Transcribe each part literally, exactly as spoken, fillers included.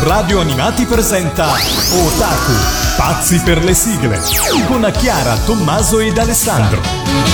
Radio Animati presenta Otaku, pazzi per le sigle, con Chiara, Tommaso ed Alessandro.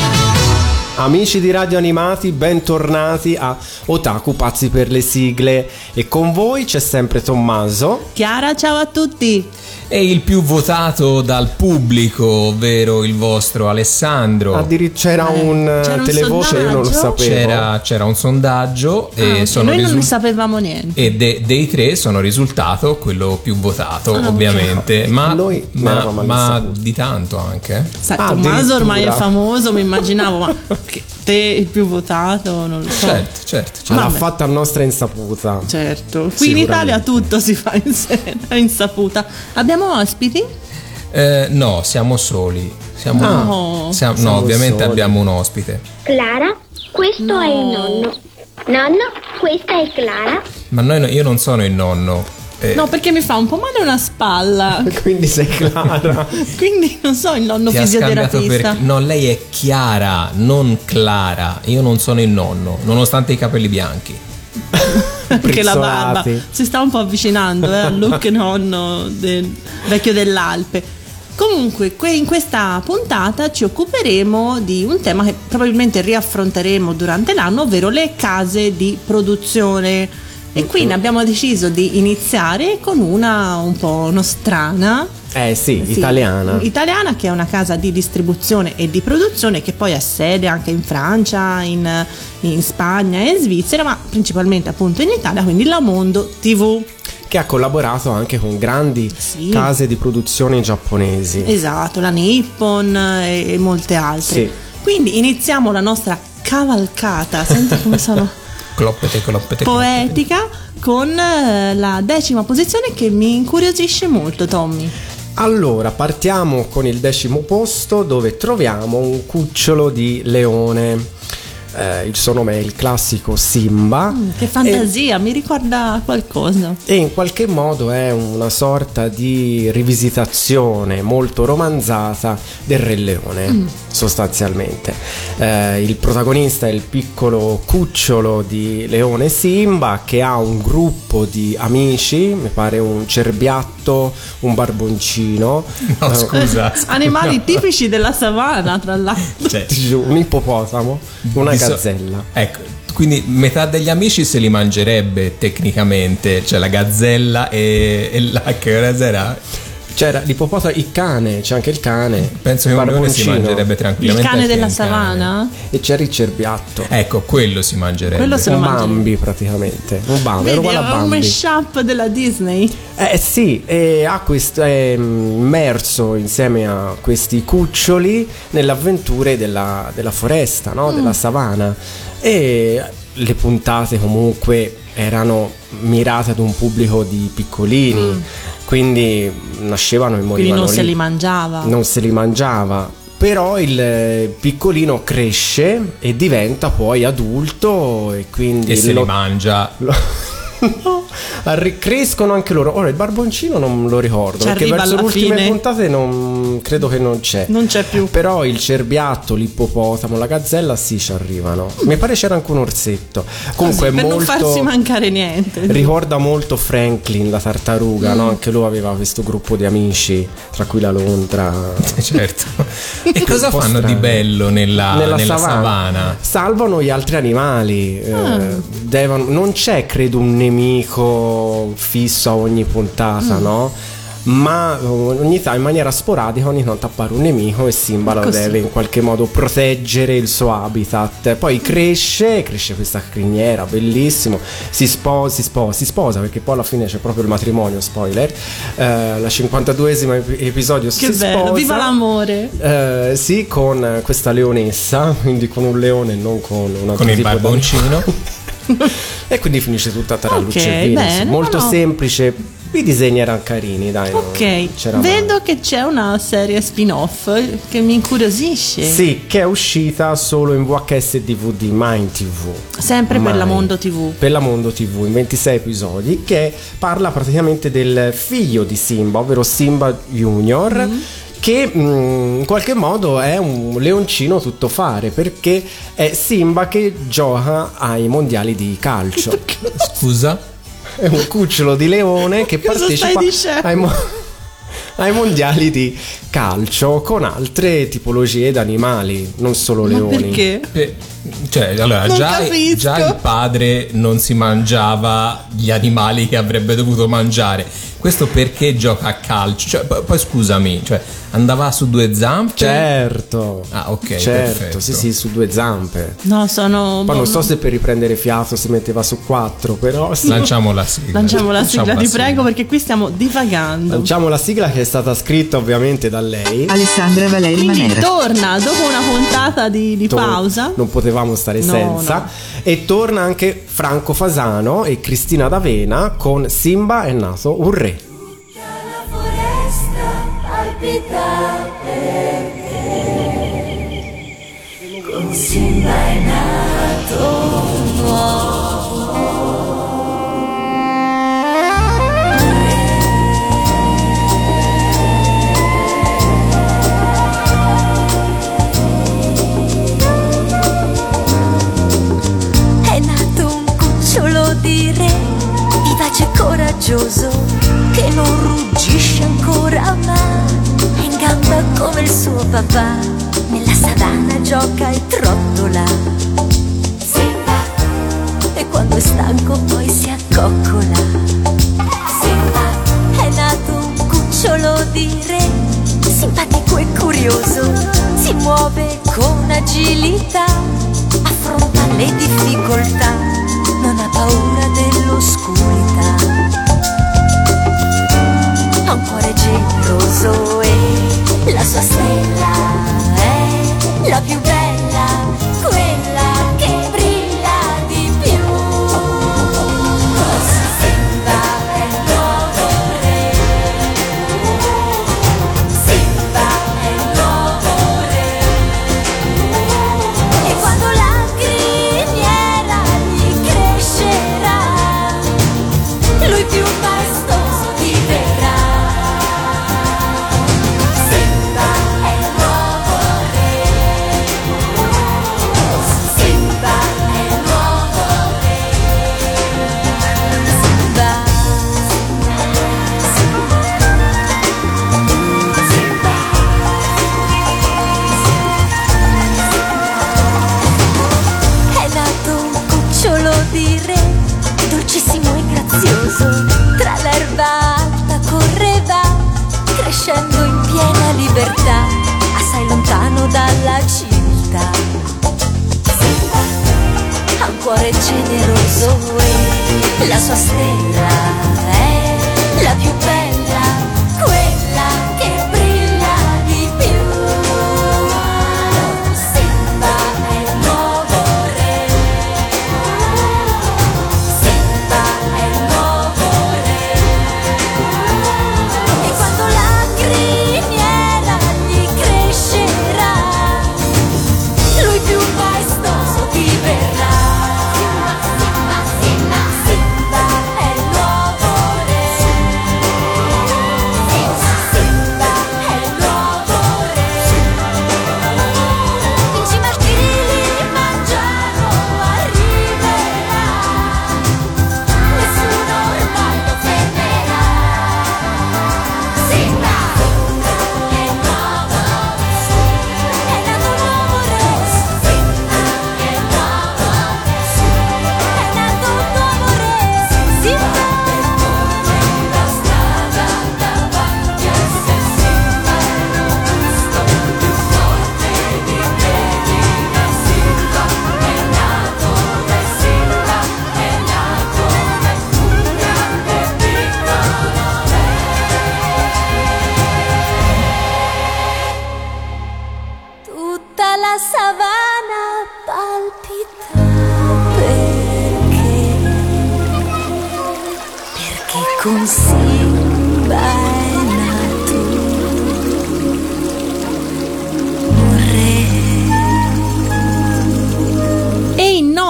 Amici di Radio Animati, bentornati a Otaku, pazzi per le sigle. E con voi c'è sempre Tommaso. Chiara, ciao a tutti. E il più votato dal pubblico, ovvero il vostro Alessandro. Addirittura c'era Eh, un c'era un televoce, io non lo sondaggio? sapevo. C'era, c'era un sondaggio Ah, e ok, sono noi non risul- ne sapevamo niente. e de- dei tre sono risultato quello più votato, Ah, ovviamente. ok. Ma, Noi ne ma, eravamo ma all'insaputa. di tanto anche. Sai, Ah, Tommaso ormai è addirittura. famoso, mi immaginavo, ma che te il più votato, non lo so. Certo, certo, certo. L'ha Vabbè. fatta a nostra insaputa. Certo, qui in Sicuramente. Italia tutto si fa in sera, insaputa. Abbiamo ospiti? Eh, no, siamo soli. Siamo, No. siamo- no, Siamo ovviamente soli. abbiamo un ospite. Clara, questo No. è il nonno. Nonno, questa è Clara. Ma noi, no- io non sono il nonno. Eh, No, perché mi fa un po' male una spalla. Quindi sei Clara. Quindi non so, il nonno ti ha scambiato fisioterapista. per... No, lei è Chiara, non Clara. Io non sono il nonno, nonostante i capelli bianchi. Perché la barba Brizzolati. si sta un po' avvicinando eh, al look nonno del vecchio dell'Alpe. Comunque, que- in questa puntata ci occuperemo di un tema che probabilmente riaffronteremo durante l'anno, ovvero le case di produzione. E quindi abbiamo deciso di iniziare con una un po' nostrana. Eh sì, Sì, italiana. Italiana, che è una casa di distribuzione e di produzione che poi ha sede anche in Francia, in, in Spagna e in Svizzera, ma principalmente appunto in Italia, quindi la Mondo tivù. Che ha collaborato anche con grandi Sì. case di produzione giapponesi. Esatto, la Nippon e, e molte altre. Sì. Quindi iniziamo la nostra cavalcata, senti come sono Cloppete, cloppete, cloppete. poetica, con eh, la decima posizione che mi incuriosisce molto, Tommy. Allora, partiamo con il decimo posto, dove troviamo un cucciolo di leone. Eh, il suo nome è il classico Simba. Mm, che fantasia, mi ricorda qualcosa. E in qualche modo è una sorta di rivisitazione molto romanzata del Re Leone, Mm. sostanzialmente. Eh, il protagonista è il piccolo cucciolo di leone Simba, che ha un gruppo di amici, mi pare un cerbiatto, un barboncino, No, eh, scusa. scusa. Animali tipici della savana, tra l'altro. Cioè, un ippopotamo, una di so- gazzella. Ecco, quindi metà degli amici se li mangerebbe tecnicamente, cioè la gazzella e, e la che cosa era? C'era l'ippopotamo, il cane, c'è anche il cane. Penso che un leone si barboncino. mangerebbe Il tranquillamente cane anche della un cane. savana? E c'era il cerbiatto. Ecco, quello si mangerebbe. Quello se lo Un mangia. Bambi praticamente. Un Bambi, era Vedi, uguale a è un Bambi. mashup della Disney. Eh sì, e ha questo, è mm, immerso insieme a questi cuccioli nelle avventure della, della foresta, no? Della savana. E le puntate comunque erano mirate ad un pubblico di piccolini, quindi nascevano e Quindi morivano non se lì. li mangiava. Non se li mangiava. Però il eh, piccolino cresce e diventa poi adulto e quindi E se lo- li mangia. lo- no, arri- crescono anche loro. Ora il barboncino non lo ricordo, Ci perché arriva verso le alla ultime fine. puntate non credo che non c'è. Non c'è più. Però il cerbiatto, l'ippopotamo, la gazzella sì ci arrivano. Mi pare c'era anche un orsetto. Comunque è per non molto, farsi mancare niente. ricorda molto Franklin, la tartaruga, no? Anche lui aveva questo gruppo di amici, tra cui la lontra. Certo. E cosa Un po' fanno di strano. bello nella, nella savana? Salvano gli altri animali. eh, Ah. devono- non c'è, credo, un nemico fisso a ogni puntata, Mm. no? Ma ogni tanto, in maniera sporadica, ogni tanto appare un nemico e Simba lo Così. deve in qualche modo proteggere il suo habitat. Poi cresce, cresce questa criniera, bellissimo. Si sposa, si sposa, si sposa perché poi alla fine c'è proprio il matrimonio. Spoiler, eh, la cinquantaduesimo ep- episodio Che si bello, sposa. viva l'amore. Eh, sì, con questa leonessa, quindi con un leone e non con un altro Con il tipo di- barboncino. E quindi finisce tutta tra Ok, luce e vino, bene, insomma, no, molto no. semplice. I disegni erano carini, dai. non Ok, c'era vedo male. che c'è una serie spin-off che mi incuriosisce. Sì, che è uscita solo in V H S e D V D, mai in tivù. Sempre per la Mai. Mondo tivù. Per la Mondo tivù, in ventisei episodi, che parla praticamente del figlio di Simba, ovvero Simba Junior. Mm. Che mh, in qualche modo è un leoncino tuttofare, perché è Simba che gioca ai mondiali di calcio. Scusa? è un cucciolo di leone che Cosa partecipa stai dicendo? ai, mo- ai mondiali di calcio con altre tipologie d'animali, non solo Ma leoni. perché? Eh, Cioè, allora, Non già, capisco. già il padre non si mangiava gli animali che avrebbe dovuto mangiare. Questo perché gioca a calcio? Cioè, poi, poi scusami, cioè, andava su due zampe? Certo. Ah, ok, certo, perfetto. sì, sì, su due zampe. No, sono. Poi non so se per riprendere fiato si metteva su quattro, però sì. Lanciamo la sigla. Lanciamo la sigla, Lanciamo ti la sigla. prego, perché qui stiamo divagando. Lanciamo la sigla che è stata scritta ovviamente da lei. Alessandra Valeri Quindi Manera. torna dopo una puntata di, di To- pausa. Non potevamo stare No, senza. no. E torna anche Franco Fasano e Cristina D'Avena con Simba è nato un re. La foresta palpita perché con Simba è nato un uomo. È nato un cucciolo di re, vivace e coraggioso, che non ruggisce ancora ma è in gamba come il suo papà. Nella savana gioca e trottola Simba, e quando è stanco poi si accoccola. Simba è nato un cucciolo di re, simpatico e curioso, si muove con agilità, affronta le difficoltà, non ha paura dell'oscurità. Ha un cuore generoso e la sua stella è la più bella, quella che brilla di più. Simba è il nuovo re, Simba è il nuovo re, e quando la criniera gli crescerà, lui più maestoso diverrà. Simba è il nuovo re, Simba è il nuovo re, Simba, è nato un cucciolo di re, dolcissimo e grazioso, tra l'erba alta correva, crescendo in piena libertà, assai lontano dalla civiltà. Simba ha un cuore generoso e la sua stella è la più bella, quella che brilla di più. Simba è il nuovo re, Simba è il nuovo re, e quando la criniera gli crescerà, lui più maestoso diverrà. Simba, Simba, Simba è il nuovo re, Simba, Simba è il nuovo re. In cima al Kilimangiaro arriverà, nessuno ormai lo fermerà. Simba è il nuovo re, è nato un nuovo re. Simba è il nuovo re, è nato un nuovo re. Simba la strada davanti a sé. Simba è robusto, più forte di Medina. Simba è nato re, Simba è nato re, un grande piccolo re. Tutta la savana palpita perché, perché con Simba è nato un re. E in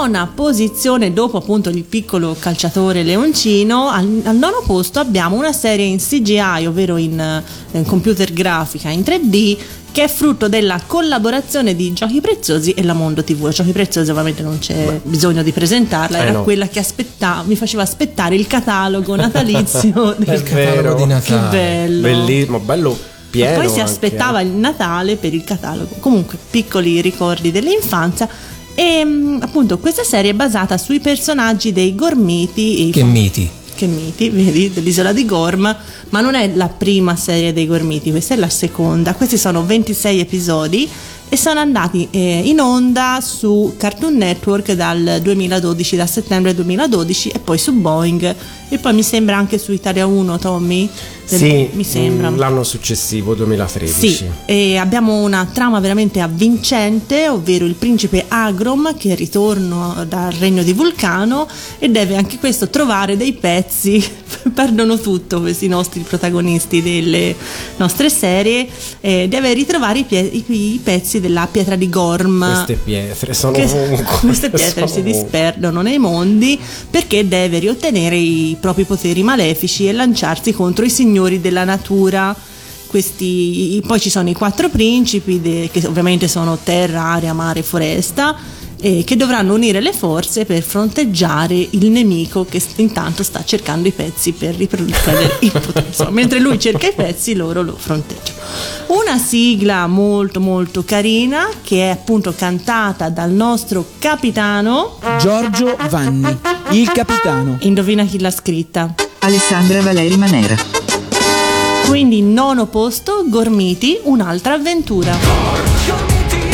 nona posizione, dopo appunto il piccolo calciatore leoncino, al, al nono posto abbiamo una serie in C G I, ovvero in, in computer grafica in tre D, che è frutto della collaborazione di Giochi Preziosi e la Mondo tivù. Giochi Preziosi ovviamente non c'è Beh. bisogno di presentarla, era eh no. quella che aspettava, mi faceva aspettare il catalogo natalizio del Il catalogo di Natale. Che bello. Bellissimo, bello pieno. E poi si anche, aspettava eh. il Natale per il catalogo. Comunque piccoli ricordi dell'infanzia. E mh, appunto questa serie è basata sui personaggi dei Gormiti. Che miti. Che miti, vedi, dell'isola di Gorm, ma non è la prima serie dei Gormiti, questa è la seconda. Questi sono ventisei episodi e sono andati eh, in onda su Cartoon Network dal duemiladodici, da settembre duemiladodici, e poi su Boeing, e poi mi sembra anche su Italia uno, Tommy? Del- Sì, mi sembra. mm, l'anno successivo, duemilatredici. Sì, e abbiamo una trama veramente avvincente, ovvero il principe Agrom che ritorna dal regno di Vulcano e deve anche questo trovare dei pezzi. Perdono tutto questi nostri protagonisti delle nostre serie, eh, deve ritrovare i, pie- i, i pezzi della pietra di Gorm. Queste pietre sono Che- ovunque. queste pietre sono si ovunque. disperdono nei mondi perché deve riottenere i propri poteri malefici e lanciarsi contro i signori della natura. Questi, poi ci sono i quattro principi de, che ovviamente sono terra, aria, mare, foresta, eh, che dovranno unire le forze per fronteggiare il nemico che intanto sta cercando i pezzi per riprodurre il potere. Mentre lui cerca i pezzi, loro lo fronteggiano. Una sigla molto molto carina che è appunto cantata dal nostro capitano. Giorgio Vanni, il capitano. Indovina chi l'ha scritta? Alessandra Valeri Manera. Quindi nono posto, Gormiti, un'altra avventura.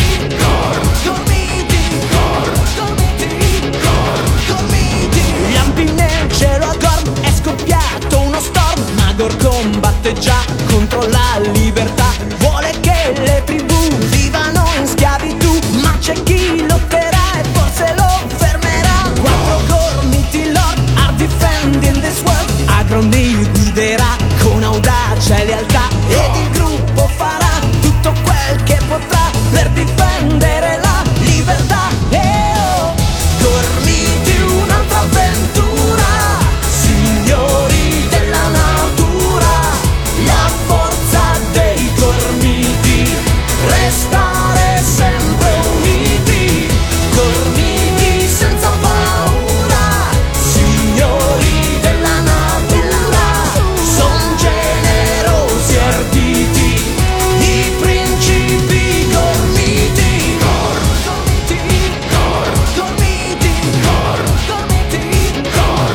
Lampi nel cielo a Gorm, è scoppiato uno storm, ma Gorm combatte già contro la libertà. Vuole che le tribù vivano in schiavitù, ma c'è chi lotterà e forse lo fermerà. Quattro Gormiti lord are defending this world. Agron li guiderà con audacia e lealtà, ed il gruppo farà tutto quel che potrà per difendere la libertà. E oh, Gormiti, un'altra avventura, signori della natura, la forza dei Gormiti, restare sempre uniti. Gormiti senza paura, signori della natura, son generosi e arditi, i principi Gormiti. Gormiti, Gormiti, Gormiti,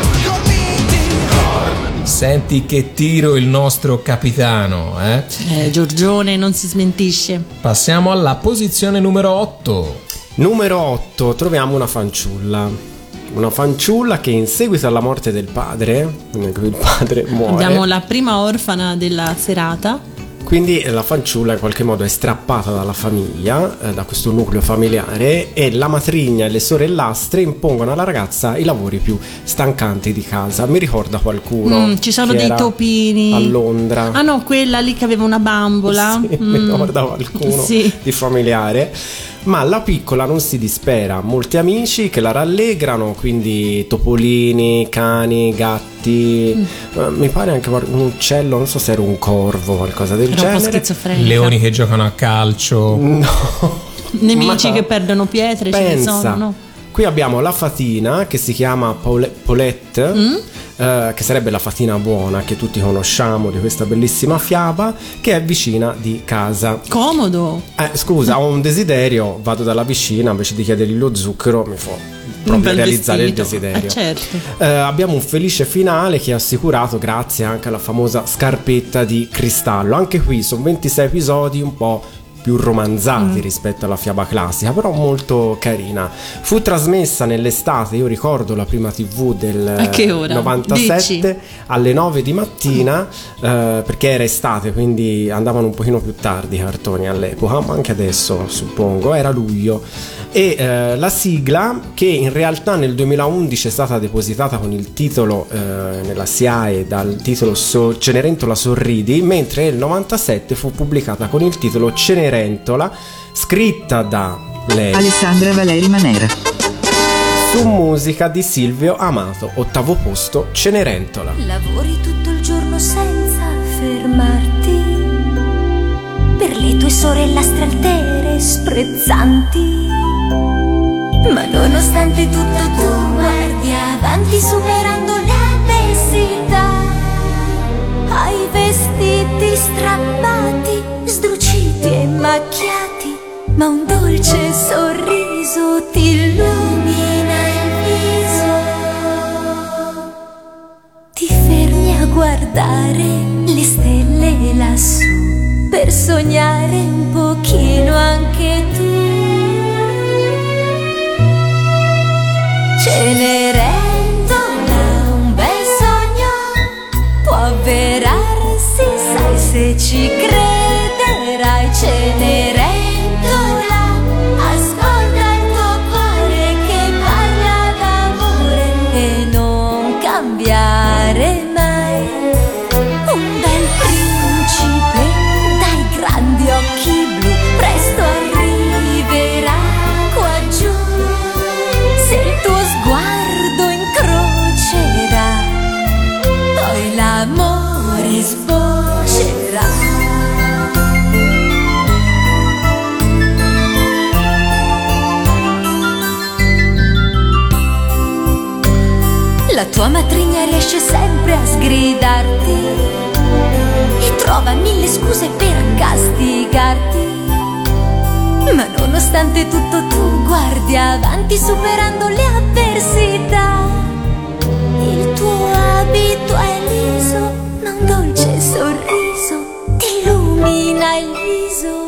Gormiti. Senti che tiro il nostro capitano, eh? Eh, Giorgione non si smentisce. Passiamo alla posizione numero otto. Numero otto, troviamo una fanciulla. Una fanciulla che in seguito alla morte del padre, quindi il padre muore, Abbiamo la prima orfana della serata. quindi la fanciulla in qualche modo è strappata dalla famiglia, eh, da questo nucleo familiare, e la matrigna e le sorellastre impongono alla ragazza i lavori più stancanti di casa. Mi ricorda qualcuno? Mm, ci sono che dei era topini. a Londra. Ah no, quella lì che aveva una bambola. Sì, mi Mm. ricorda qualcuno Sì. di familiare. Ma la piccola non si dispera, molti amici che la rallegrano, quindi topolini, cani, gatti, Mm. eh, mi pare anche un uccello, non so se era un corvo o qualcosa del Era un po' genere. schizofrenica. Leoni che giocano a calcio. No. Nemici Ma che perdono pietre, ce ne pensa, sono, no? qui abbiamo la fatina che si chiama Paule- Paulette, Mm? eh, che sarebbe la fatina buona che tutti conosciamo di questa bellissima fiaba, che è vicina di casa. Comodo. Eh, scusa, ho un desiderio, vado dalla vicina, invece di chiedergli lo zucchero mi fa Un proprio bel realizzare vestito. il desiderio. Eh, certo. Eh, abbiamo un felice finale che è assicurato grazie anche alla famosa scarpetta di cristallo. Anche qui sono ventisei episodi un po' più romanzati Mm. rispetto alla fiaba classica, però molto carina. Fu trasmessa nell'estate, io ricordo la prima tivù del A che ora? novantasette Dici? alle nove di mattina, eh, perché era estate, quindi andavano un pochino più tardi i cartoni all'epoca, ma anche adesso suppongo, era luglio. E eh, la sigla, che in realtà nel duemilaundici è stata depositata con il titolo eh, nella S I A E dal titolo so- Cenerentola sorridi, mentre nel novantasette fu pubblicata con il titolo Cenerentola, scritta da lei, Alessandra Valeri Manera. su musica di Silvio Amato. Ottavo posto, Cenerentola. Lavori tutto il giorno senza fermarti per le tue sorellastre altere sprezzanti, ma nonostante tutto tu guardi avanti superando le avversità. Hai vestiti strappati, sdruciti e macchiati, ma un dolce sorriso ti illumina il viso. Ti fermi a guardare le stelle lassù per sognare un pochino anche tu. Cenerentola, un bel sogno può avverarsi, sai se ci crederai. Cenerentola, ascolta il tuo cuore che parla d'amore e non cambiare mai. Un bel principe dai grandi occhi blu presto arriverà qua giù. Se il tuo sguardo incrocerà, poi l'amore sfocerà. La tua matrigna riesce sempre a sgridarti e trova mille scuse per castigarti, ma nonostante tutto tu guardi avanti superando le avversità. Il tuo abito è liso, ma un dolce sorriso ti illumina il viso.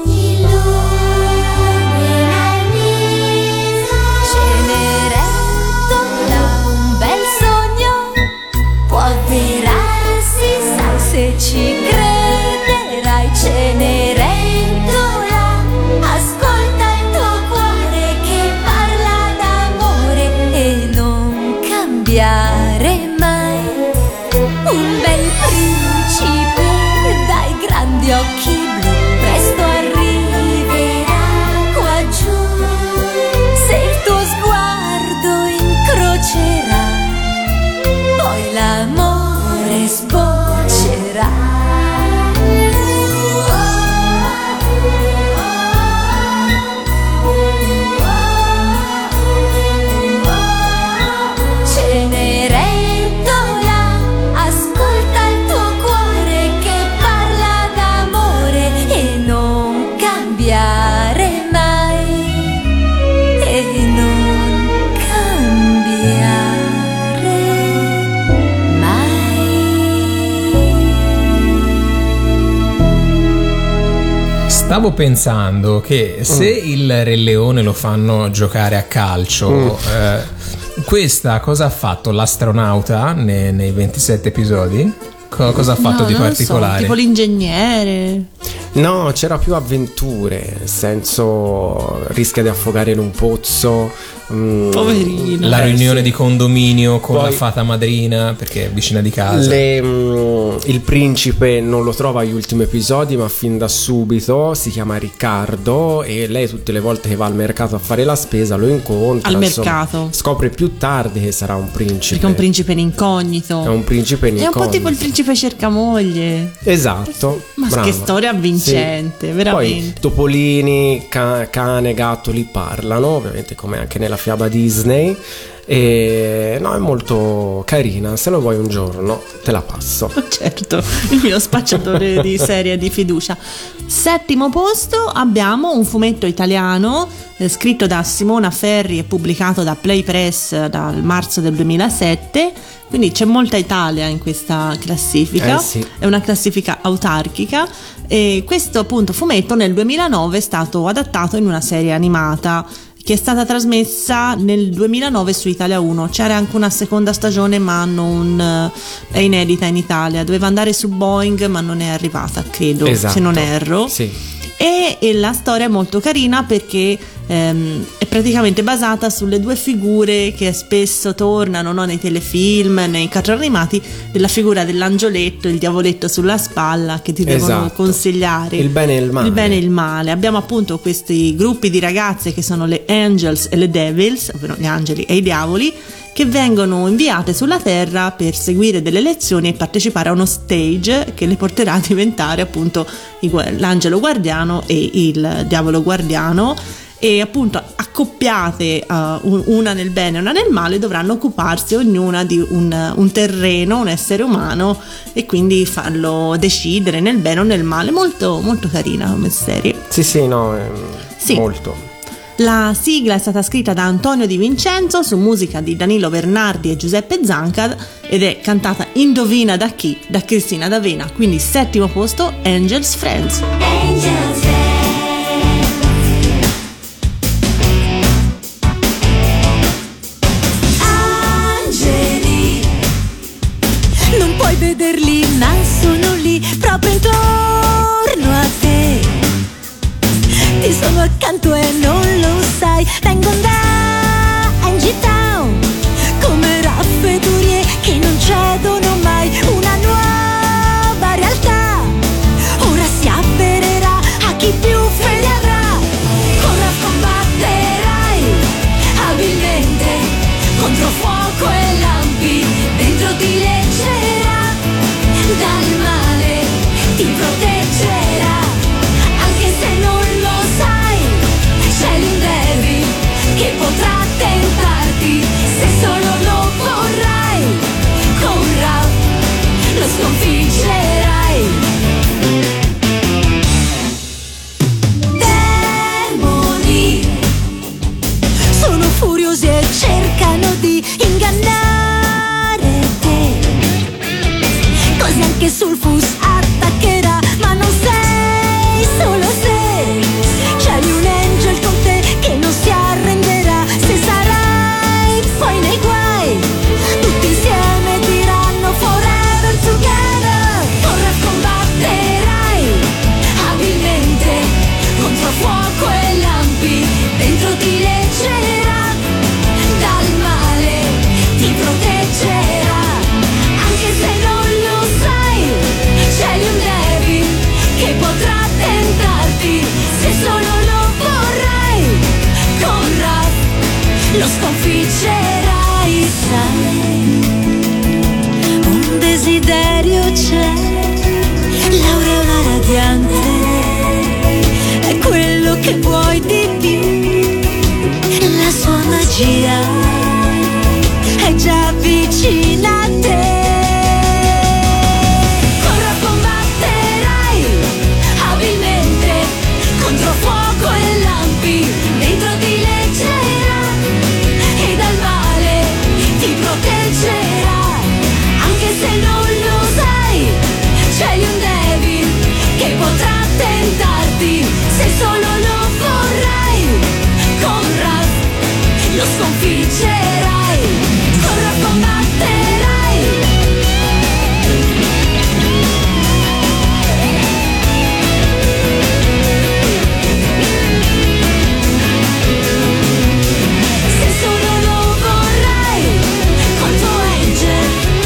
Illumina il viso. Cenerentola, un bel sogno può avverarsi, sai se ci crederai. Cenerentola, ascolta il tuo cuore che parla d'amore e non cambiare mai. Un bel principe dai grandi occhi blu presto arriverà qua giù. Se il tuo sguardo incrocerà, poi l'amore sboccerà. Cenerentola, ascolta il tuo cuore che parla d'amore e non cambiare mai. E non cambiare mai. Stavo pensando che se il Re Leone lo fanno giocare a calcio, eh, questa cosa ha fatto l'astronauta ne- nei ventisette episodi? Co- cosa ha fatto No, di non lo particolare? so, tipo l'ingegnere. No, c'era più avventure, nel senso rischia di affogare in un pozzo. mm, Poverino. La eh, riunione sì. di condominio con Poi- la fata madrina perché è vicina di casa. Le, mm, il principe non lo trova agli ultimi episodi, ma fin da subito si chiama Riccardo e lei tutte le volte che va al mercato a fare la spesa lo incontra. Al insomma, mercato. Scopre più tardi che sarà un principe. Perché è un principe in incognito. È un principe in È un po' incognito. tipo il principe cercamoglie. Esatto. Ma brava. che storia avvincente, Sì. veramente. Poi topolini, ca- cane, gattoli parlano, ovviamente come anche nella fiaba Disney. E no, è molto carina. Se lo vuoi un giorno, te la passo. Certo, il mio spacciatore di serie di fiducia. Settimo posto abbiamo un fumetto italiano eh, scritto da Simona Ferri e pubblicato da Play Press dal marzo del duemilasette, quindi c'è molta Italia in questa classifica. Eh sì. È una classifica autarchica e questo appunto fumetto nel duemilanove è stato adattato in una serie animata che è stata trasmessa nel duemilanove su Italia uno. C'era anche una seconda stagione ma non è inedita in Italia, doveva andare su Boeing ma non è arrivata, credo, Esatto. se non erro. Sì. E, e la storia è molto carina perché ehm, è praticamente basata sulle due figure che spesso tornano, no, nei telefilm, nei cartoni animati, della figura dell'angioletto e il diavoletto sulla spalla che ti devono Esatto. consigliare Il bene e il male. il bene e il male. Abbiamo appunto questi gruppi di ragazze che sono le Angels e le Devils, ovvero gli angeli e i diavoli, che vengono inviate sulla Terra per seguire delle lezioni e partecipare a uno stage che le porterà a diventare appunto i- l'angelo guardiano e il diavolo guardiano, e appunto accoppiate uh, un- una nel bene e una nel male dovranno occuparsi ognuna di un, un terreno, un essere umano, e quindi farlo decidere nel bene o nel male. Molto molto carina come serie. Sì, sì, no, ehm, Sì. molto. La sigla è stata scritta da Antonio Di Vincenzo su musica di Danilo Bernardi e Giuseppe Zanca ed è cantata, indovina da chi? Da Cristina D'Avena. Quindi settimo posto, Angels Friends. Angeli, non puoi vederli ma sono lì proprio intorno a te, ti sono accanto e non lo sai, vengono da Angie Town come raffedurie che non cedono mai, una nuova realtà ora si avvererà a chi più fede avrà, ora combatterai abilmente contro fuoco e lampi, dentro ti leggerà, dal male ti proteggerà, anche se non lo sai, c'è l'Indevi che potrà tentarti, se solo lo vorrai, con Rav lo sconfiggerai. Demoni sono furiosi e cercano di ingannare te, così anche Sulfus attaccherà, ma non sei solo se c'hai un angel con te che non si arrenderà, se sarai poi nei guai tutti insieme diranno forever together, ora combatterai abilmente contro fuoco e lampi, dentro ti leggerà, dal male ti proteggerà, anche se non lo sai, c'è un Devi che potrà tentarti, se solo lo vorrai, con Rav lo sconfiggerai, sai, un desiderio c'è, l'aureola radiante, è quello che vuoi di più, la sua magia è già vicina a te. Ora combatterai abilmente contro fuoco e lampi, dentro ti leggerà e dal male ti proteggerà, anche se non lo sai, c'è un Devi che potrà tentarti, se solo lo vorrai, con Rav lo sconfiggerai, ora combatterai. Se solo lo vorrai, col tuo angel.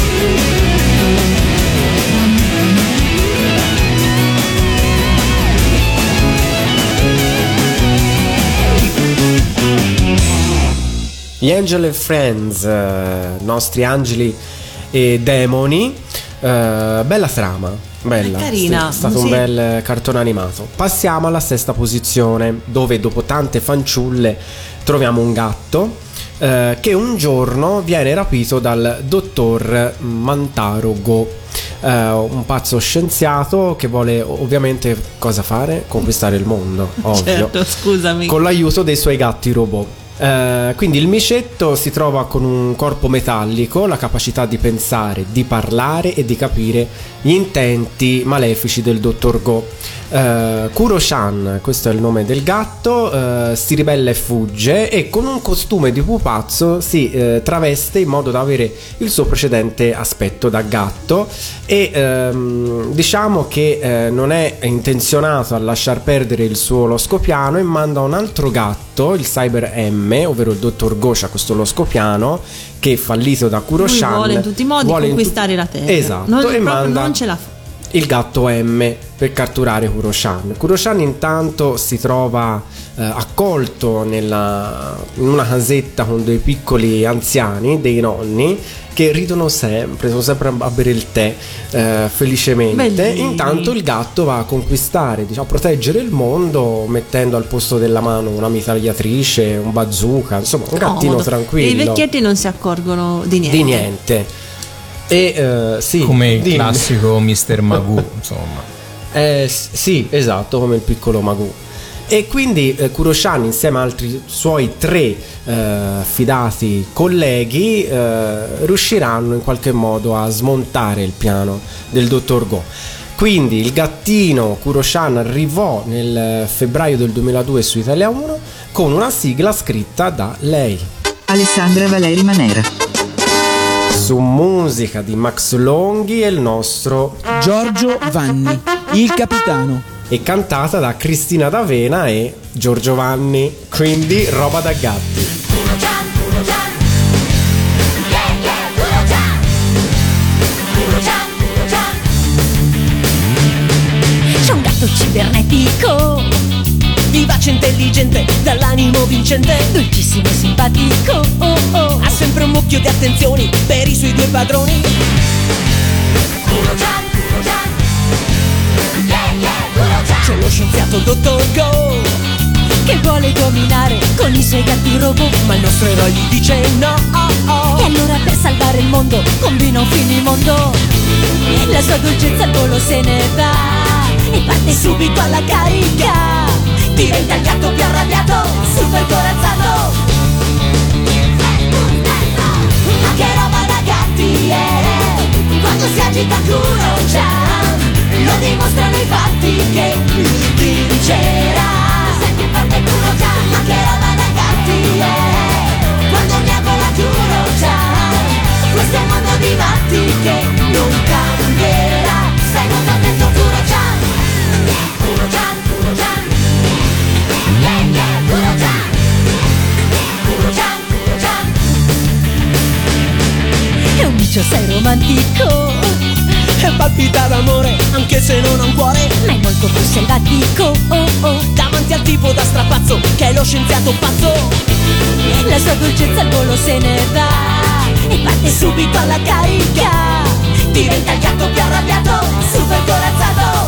Gli Angel and Friends, eh, nostri angeli e demoni, eh, bella trama, bella, È carina, è stato sì. un bel cartone animato. Passiamo alla sesta posizione, dove dopo tante fanciulle troviamo un gatto eh, che un giorno viene rapito dal dottor Mantaro Go, eh, un pazzo scienziato che vuole ovviamente cosa fare? Conquistare il mondo, ovvio, Certo, scusami. con l'aiuto dei suoi gatti robot. Eh, quindi il micetto si trova con un corpo metallico, la capacità di pensare, di parlare e di capire gli intenti malefici del dottor Go. Uh, Kuro-chan, questo è il nome del gatto, uh, si ribella e fugge e con un costume di pupazzo si uh, traveste in modo da avere il suo precedente aspetto da gatto e um, diciamo che uh, non è intenzionato a lasciar perdere il suo loscopiano e manda un altro gatto, il Cyber M, ovvero il dottor Go, c'ha questo loscopiano che, fallito da Kuro-chan, lui vuole in tutti i modi conquistare tu- la terra. esatto, non, e manda non ce la fa. il gatto M per catturare Kuro-chan. Kuro-chan intanto si trova eh, accolto nella, in una casetta con dei piccoli anziani, dei nonni, che ridono sempre, sono sempre a bere il tè eh, felicemente. Bellini. Intanto il gatto va a conquistare, diciamo, a proteggere il mondo mettendo al posto della mano una mitragliatrice, un bazooka, insomma un gattino Comodo. tranquillo. E i vecchietti non si accorgono di niente. Di niente. E eh, sì, Come il dimmi. classico mister Magoo, insomma. Eh, s- sì, esatto, come il piccolo Magoo. E quindi eh, Kuro-chan insieme a altri suoi tre eh, fidati colleghi eh, riusciranno in qualche modo a smontare il piano del dottor Go. Quindi il gattino Kuro-chan arrivò nel febbraio del duemiladue su Italia uno con una sigla scritta da lei, Alessandra Valeri Manera. su musica di Max Longhi e il nostro Giorgio Vanni, il capitano. e cantata da Cristina D'Avena e Giorgio Vanni, quindi roba da gatti. C'è un gatto cibernetico, Vivace, intelligente, dall'animo vincente, dolcissimo e simpatico, oh oh. ha sempre un mucchio di attenzioni per i suoi due padroni. C'è lo scienziato dottor Go, Che vuole dominare con i suoi gatti robot. ma il nostro eroe gli dice no, oh, oh. E allora per salvare il mondo combina un finimondo. La sua dolcezza al volo se ne va e parte Subito alla carica, diventa il gatto più arrabbiato, super corazzato. Ma che roba da gatti è, quando si agita Kuro-chan, lo dimostrano i fatti che lui vincerà. Senti forte Kuro-chan, ma che roba da gatti è, quando miagola Kuro-chan, questo è un mondo di matti che non cambierà. Stai molto attento Kuro-chan, Kuro-chan, Kuro-chan, yeah, yeah, Kuro-chan, Kuro-chan, Kuro-chan. È un micio sei romantico, E palpita d'amore, anche se non ha un cuore, ma è molto più selvatico, oh oh. davanti al tipo da strapazzo che è lo scienziato pazzo. La sua dolcezza al volo se ne va e parte Subito alla carica, diventa il gatto più arrabbiato, super corazzato.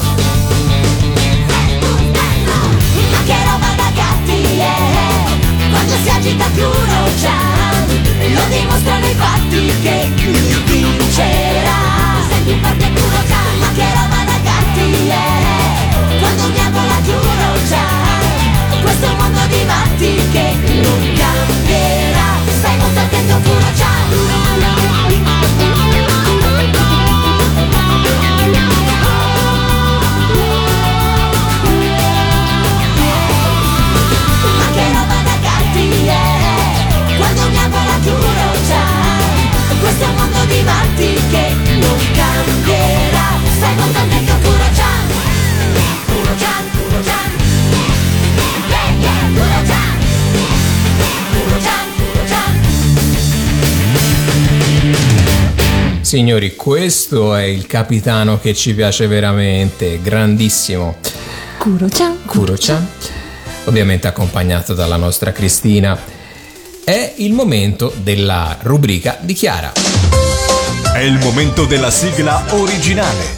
Ma che roba da gatti è, quando si agita Kuro-chan, lo dimostrano i fatti che lui vincerà. Senti forte Kuro-chan, ma che roba da gatti è, quando miagola Kuro-chan, questo è un mondo di matti che non cambierà. Stai molto attento Kuro-chan. Ma che roba da gatti è, quando miagola Kuro-chan, questo è un mondo di matti che non cambierà. Stai molto attento Kuro-chan, Kuro-chan, Kuro-chan, yeah, yeah, Kuro-chan, Kuro-chan, Kuro-chan. Signori, questo è il capitano che ci piace veramente, grandissimo. Kuro-chan. Kuro-chan, ovviamente accompagnato dalla nostra Cristina. È il momento della rubrica di Chiara. È il momento della sigla originale.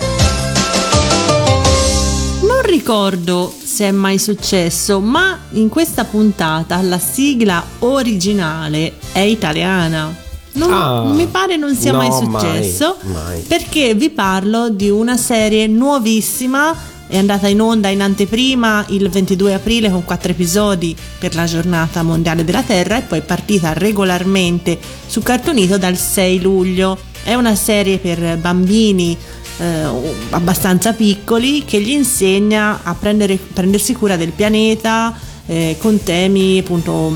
Non ricordo se è mai successo, ma in questa puntata la sigla originale è italiana. Non, Ah, mi pare non sia no, mai mai, successo, mai. perché vi parlo di una serie nuovissima è andata in onda in anteprima il ventidue aprile con quattro episodi per la giornata mondiale della Terra e poi è partita regolarmente su Cartoon Ito dal sei luglio. È una serie per bambini eh, abbastanza piccoli che gli insegna a prendere, prendersi cura del pianeta eh, con temi appunto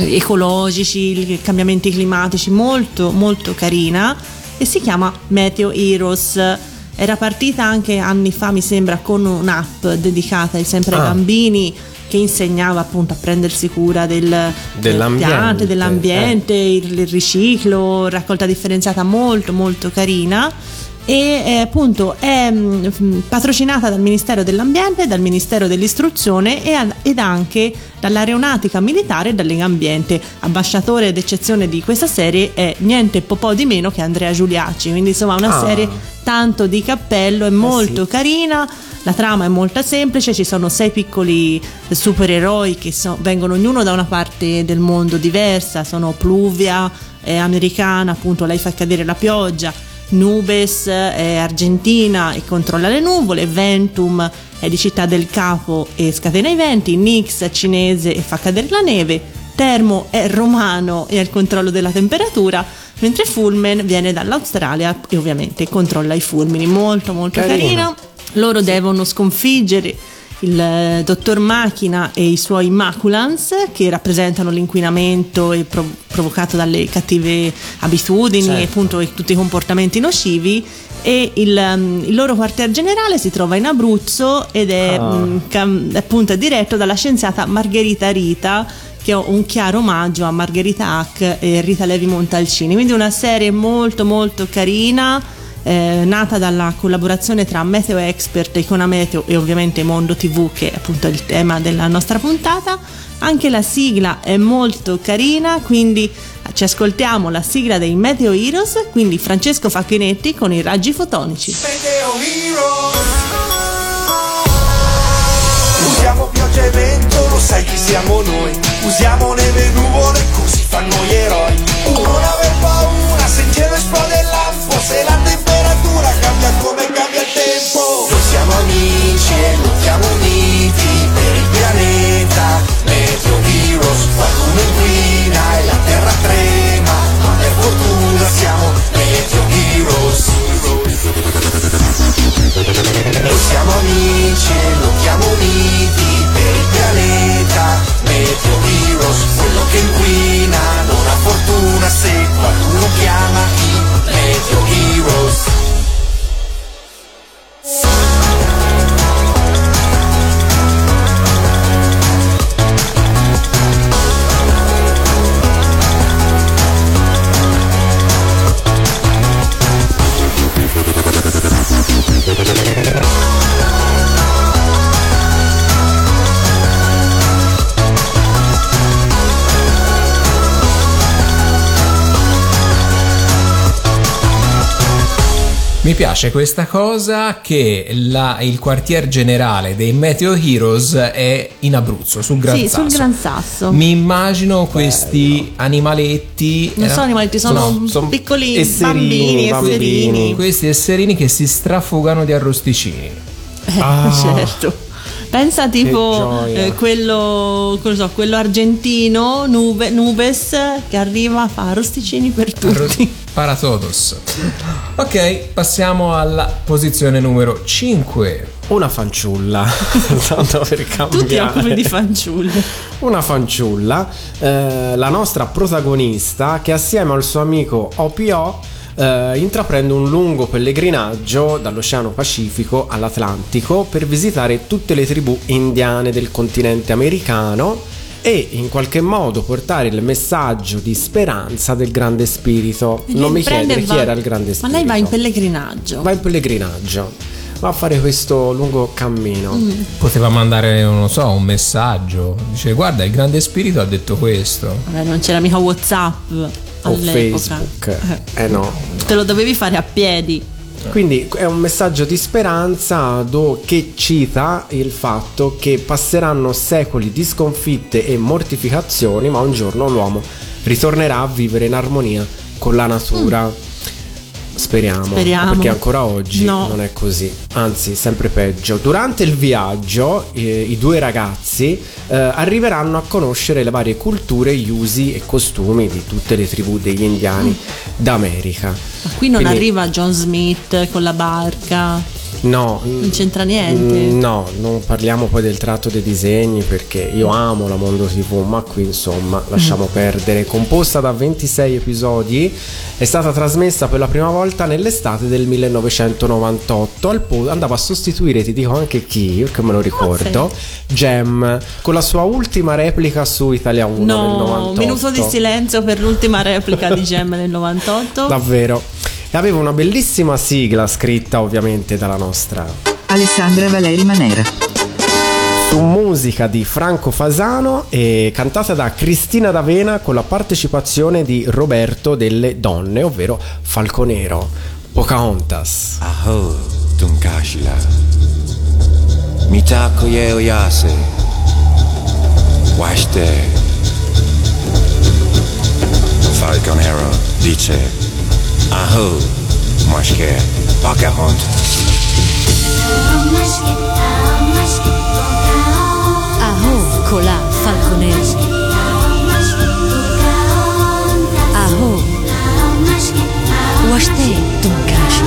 ecologici, cambiamenti climatici, molto molto carina, e si chiama Meteo Heroes. Era partita anche anni fa, mi sembra, con un'app dedicata sempre ai ah. bambini, che insegnava appunto a prendersi cura del, dell'ambiente, del piante, dell'ambiente, eh. il, il riciclo, raccolta differenziata, molto molto carina. E eh, appunto è mh, patrocinata dal Ministero dell'Ambiente, dal Ministero dell'Istruzione e ad, ed anche dall'Aeronautica Militare e dall'Legambiente. Ambasciatore d'eccezione di questa serie è niente po' po' di meno che Andrea Giuliacci, quindi insomma una ah. serie tanto di cappello, è molto eh sì. carina. La trama è molto semplice, ci sono sei piccoli supereroi che so, vengono ognuno da una parte del mondo diversa. Sono Pluvia, è americana, appunto lei fa cadere la pioggia, Nubes è argentina e controlla le nuvole, Ventum è di Città del Capo e scatena i venti, Nyx è cinese e fa cadere la neve, Termo è romano e ha il controllo della temperatura, mentre Fulmen viene dall'Australia e ovviamente controlla i fulmini. Molto molto carino, carino. Loro sì. devono sconfiggere il dottor Macchina e i suoi Maculans, che rappresentano l'inquinamento e prov- provocato dalle cattive abitudini certo. e appunto e tutti i comportamenti nocivi, e il, um, il loro quartier generale si trova in Abruzzo ed è oh. mh, cam- appunto diretto dalla scienziata Margherita Rita, che è un chiaro omaggio a Margherita Hack e Rita Levi Montalcini. Quindi una serie molto molto carina, Eh, nata dalla collaborazione tra Meteo Expert, Icona Meteo e ovviamente Mondo tivù, che è appunto il tema della nostra puntata. Anche la sigla è molto carina, quindi ci ascoltiamo la sigla dei Meteo Heroes, quindi Francesco Facchinetti con i raggi fotonici. Meteo Heroes. Usiamo pioggia e vento, lo sai chi siamo noi. Usiamo neve e nuvole, così fanno gli eroi. Non aver paura se in cielo esplode il lampo, se la temperatura cambia come cambia il tempo. Noi siamo amici e lottiamo uniti per il pianeta. Meteo Heroes, qualcuno inquina e la terra trema, ma per fortuna siamo Meteo Heroes. Noi siamo amici e lottiamo uniti per il pianeta. Meteo Heroes, quello che inquina non ha fortuna se qualcuno chiama i Meteo Heroes. Mi piace questa cosa che la, il quartier generale dei Meteo Heroes è in Abruzzo, sul Gran sì, Sasso. sul Gran Sasso. Mi immagino questi animaletti. Non eh, sono animaletti, sono, no, sono piccoli esserini, bambini, esserini. Questi esserini che si strafugano di arrosticini. Eh, Ah. certo. Pensa tipo eh, quello, cosa so, quello argentino Nube, Nubes, che arriva a fare arrosticini per tutti. Para todos. Ok, passiamo alla posizione numero cinque. Una fanciulla. Tanto per cambiare. Tu ti occupi di fanciulle. Una fanciulla, eh, la nostra protagonista, che assieme al suo amico O P O eh, intraprende un lungo pellegrinaggio dall'Oceano Pacifico all'Atlantico per visitare tutte le tribù indiane del continente americano e in qualche modo portare il messaggio di speranza del grande spirito. Lei Non mi prende chiedere e chi va- era il grande spirito. Ma lei va in pellegrinaggio. Va in pellegrinaggio, va a fare questo lungo cammino. Mm. Poteva mandare, non lo so, un messaggio. Dice, guarda, il grande spirito ha detto questo. Vabbè, non c'era mica WhatsApp O all'epoca. Facebook. Eh no. Te lo dovevi fare a piedi. Quindi è un messaggio di speranza do- che cita il fatto che passeranno secoli di sconfitte e mortificazioni, ma un giorno l'uomo ritornerà a vivere in armonia con la natura. Speriamo, Speriamo. perché ancora oggi No. non è così, anzi sempre peggio. Durante il viaggio eh, i due ragazzi eh, arriveranno a conoscere le varie culture, gli usi e costumi di tutte le tribù degli indiani d'America. Ma qui non Quindi- arriva John Smith con la barca. No, Non c'entra niente. mm, no, non parliamo poi del tratto dei disegni perché io amo la Mondo tivù, ma qui insomma lasciamo perdere. Composta da ventisei episodi, è stata trasmessa per la prima volta nell'estate del millenovecentonovantotto. Al po- andava a sostituire, ti dico anche chi, perché me lo ricordo, Gem, con la sua ultima replica su Italia uno nel No, novantotto. minuto di silenzio per l'ultima replica di Gem nel novantotto. Davvero. E aveva una bellissima sigla scritta ovviamente dalla nostra Alessandra Valeri Manera. su musica di Franco Fasano e cantata da Cristina D'Avena con la partecipazione di Roberto Delle Donne, ovvero Falconero, Pocahontas. Aho, Tunkashila. Mitako yeo yase. Washte. Falconero dice. Aho, Mashke, Pocahontas. Aho, colà, falconero. Aho, washte, tunkash.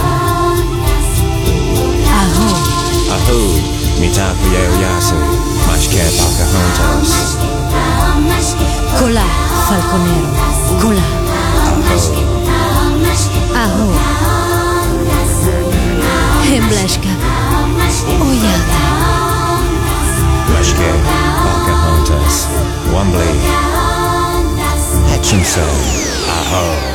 Aho, Aho, Mitako yeo yase. Mashke, Pocahontas. colà, falconero. Colà. Aho. Aho, Hembleshka. Oyate. Mashke, Pocahontas. Wembley. Hutchinson. Aho.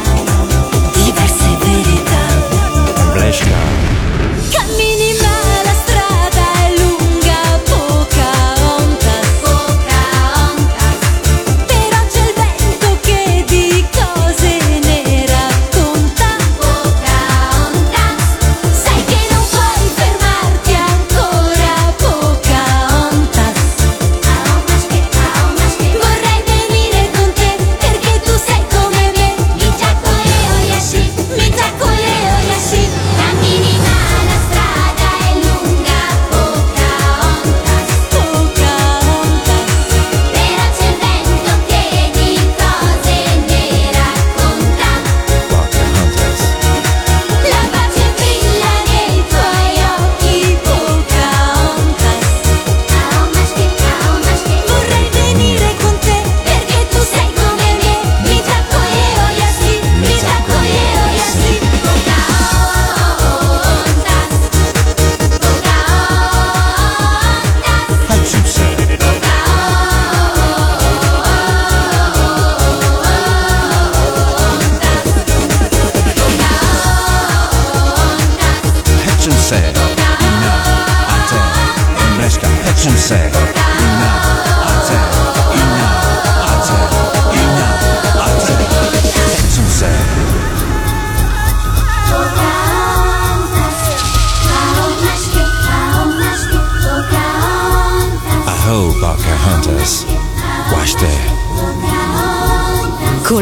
Cammini ma la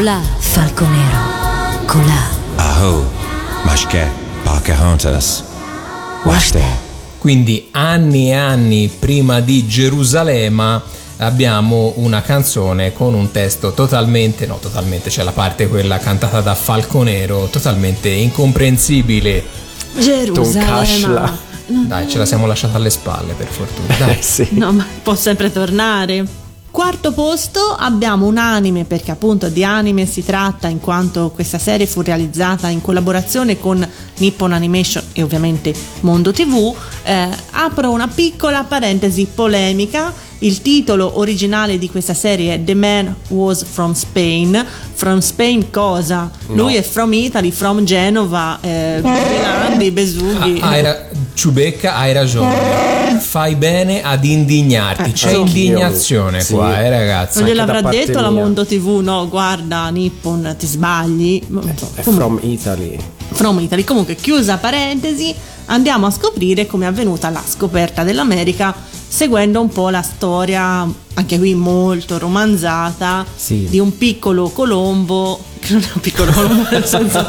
Colà, falconero, colà. Aho, Mashke, Pocahontas. Washte. Quindi anni e anni prima di Gerusalemme abbiamo una canzone con un testo totalmente, no totalmente, c'è la parte quella cantata da Falconero, totalmente incomprensibile. Gerusalemme. Dai, ce la siamo lasciata alle spalle per fortuna. Dai. Sì. No, ma può sempre tornare. Quarto posto abbiamo un anime, perché appunto di anime si tratta, in quanto questa serie fu realizzata in collaborazione con Nippon Animation e ovviamente Mondo tivù. Eh, apro una piccola parentesi polemica. Il titolo originale di questa serie è The Man Was From Spain. From Spain cosa? No. Lui è from Italy, from Genova, eh, Belandi, Vesuvio. Ah, hai ra- Ciubecca, hai ragione. Fai bene ad indignarti. Eh, C'è sì. indignazione Sì. qua, eh ragazzi. Non gliel'avrà da parte detto la mia. Mondo tivù, no, guarda Nippon, ti sbagli. È from Italy. From Italy. Comunque, chiusa parentesi, andiamo a scoprire come è avvenuta la scoperta dell'America, seguendo un po' la storia, anche qui molto romanzata, Sì. di un piccolo Colombo, che non è un piccolo Colombo nel senso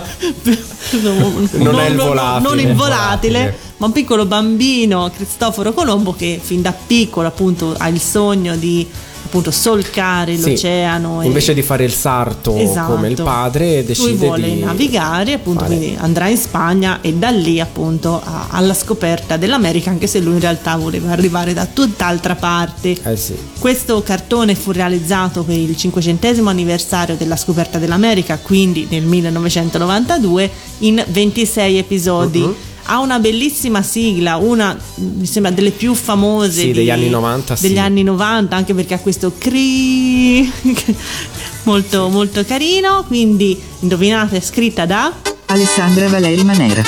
non, Non è il volatile. non il Il volatile, volatile. ma un piccolo bambino, Cristoforo Colombo, che fin da piccolo appunto ha il sogno di appunto solcare Sì. l'oceano e- Invece di fare il sarto Esatto. come il padre, decide lui vuole di navigare, appunto, fare- quindi andrà in Spagna e da lì appunto a- alla scoperta dell'America, anche se lui in realtà voleva arrivare da tutt'altra parte. Eh sì. Questo cartone fu realizzato per il cinquecentesimo anniversario della scoperta dell'America, quindi nel millenovecentonovantadue, in ventisei episodi. Mhm. Ha una bellissima sigla, una mi sembra delle più famose Sì, di- degli anni novanta, degli sì. anni novanta, anche perché ha questo cri molto molto carino. Quindi indovinate, è scritta da Alessandra Valeri Manera.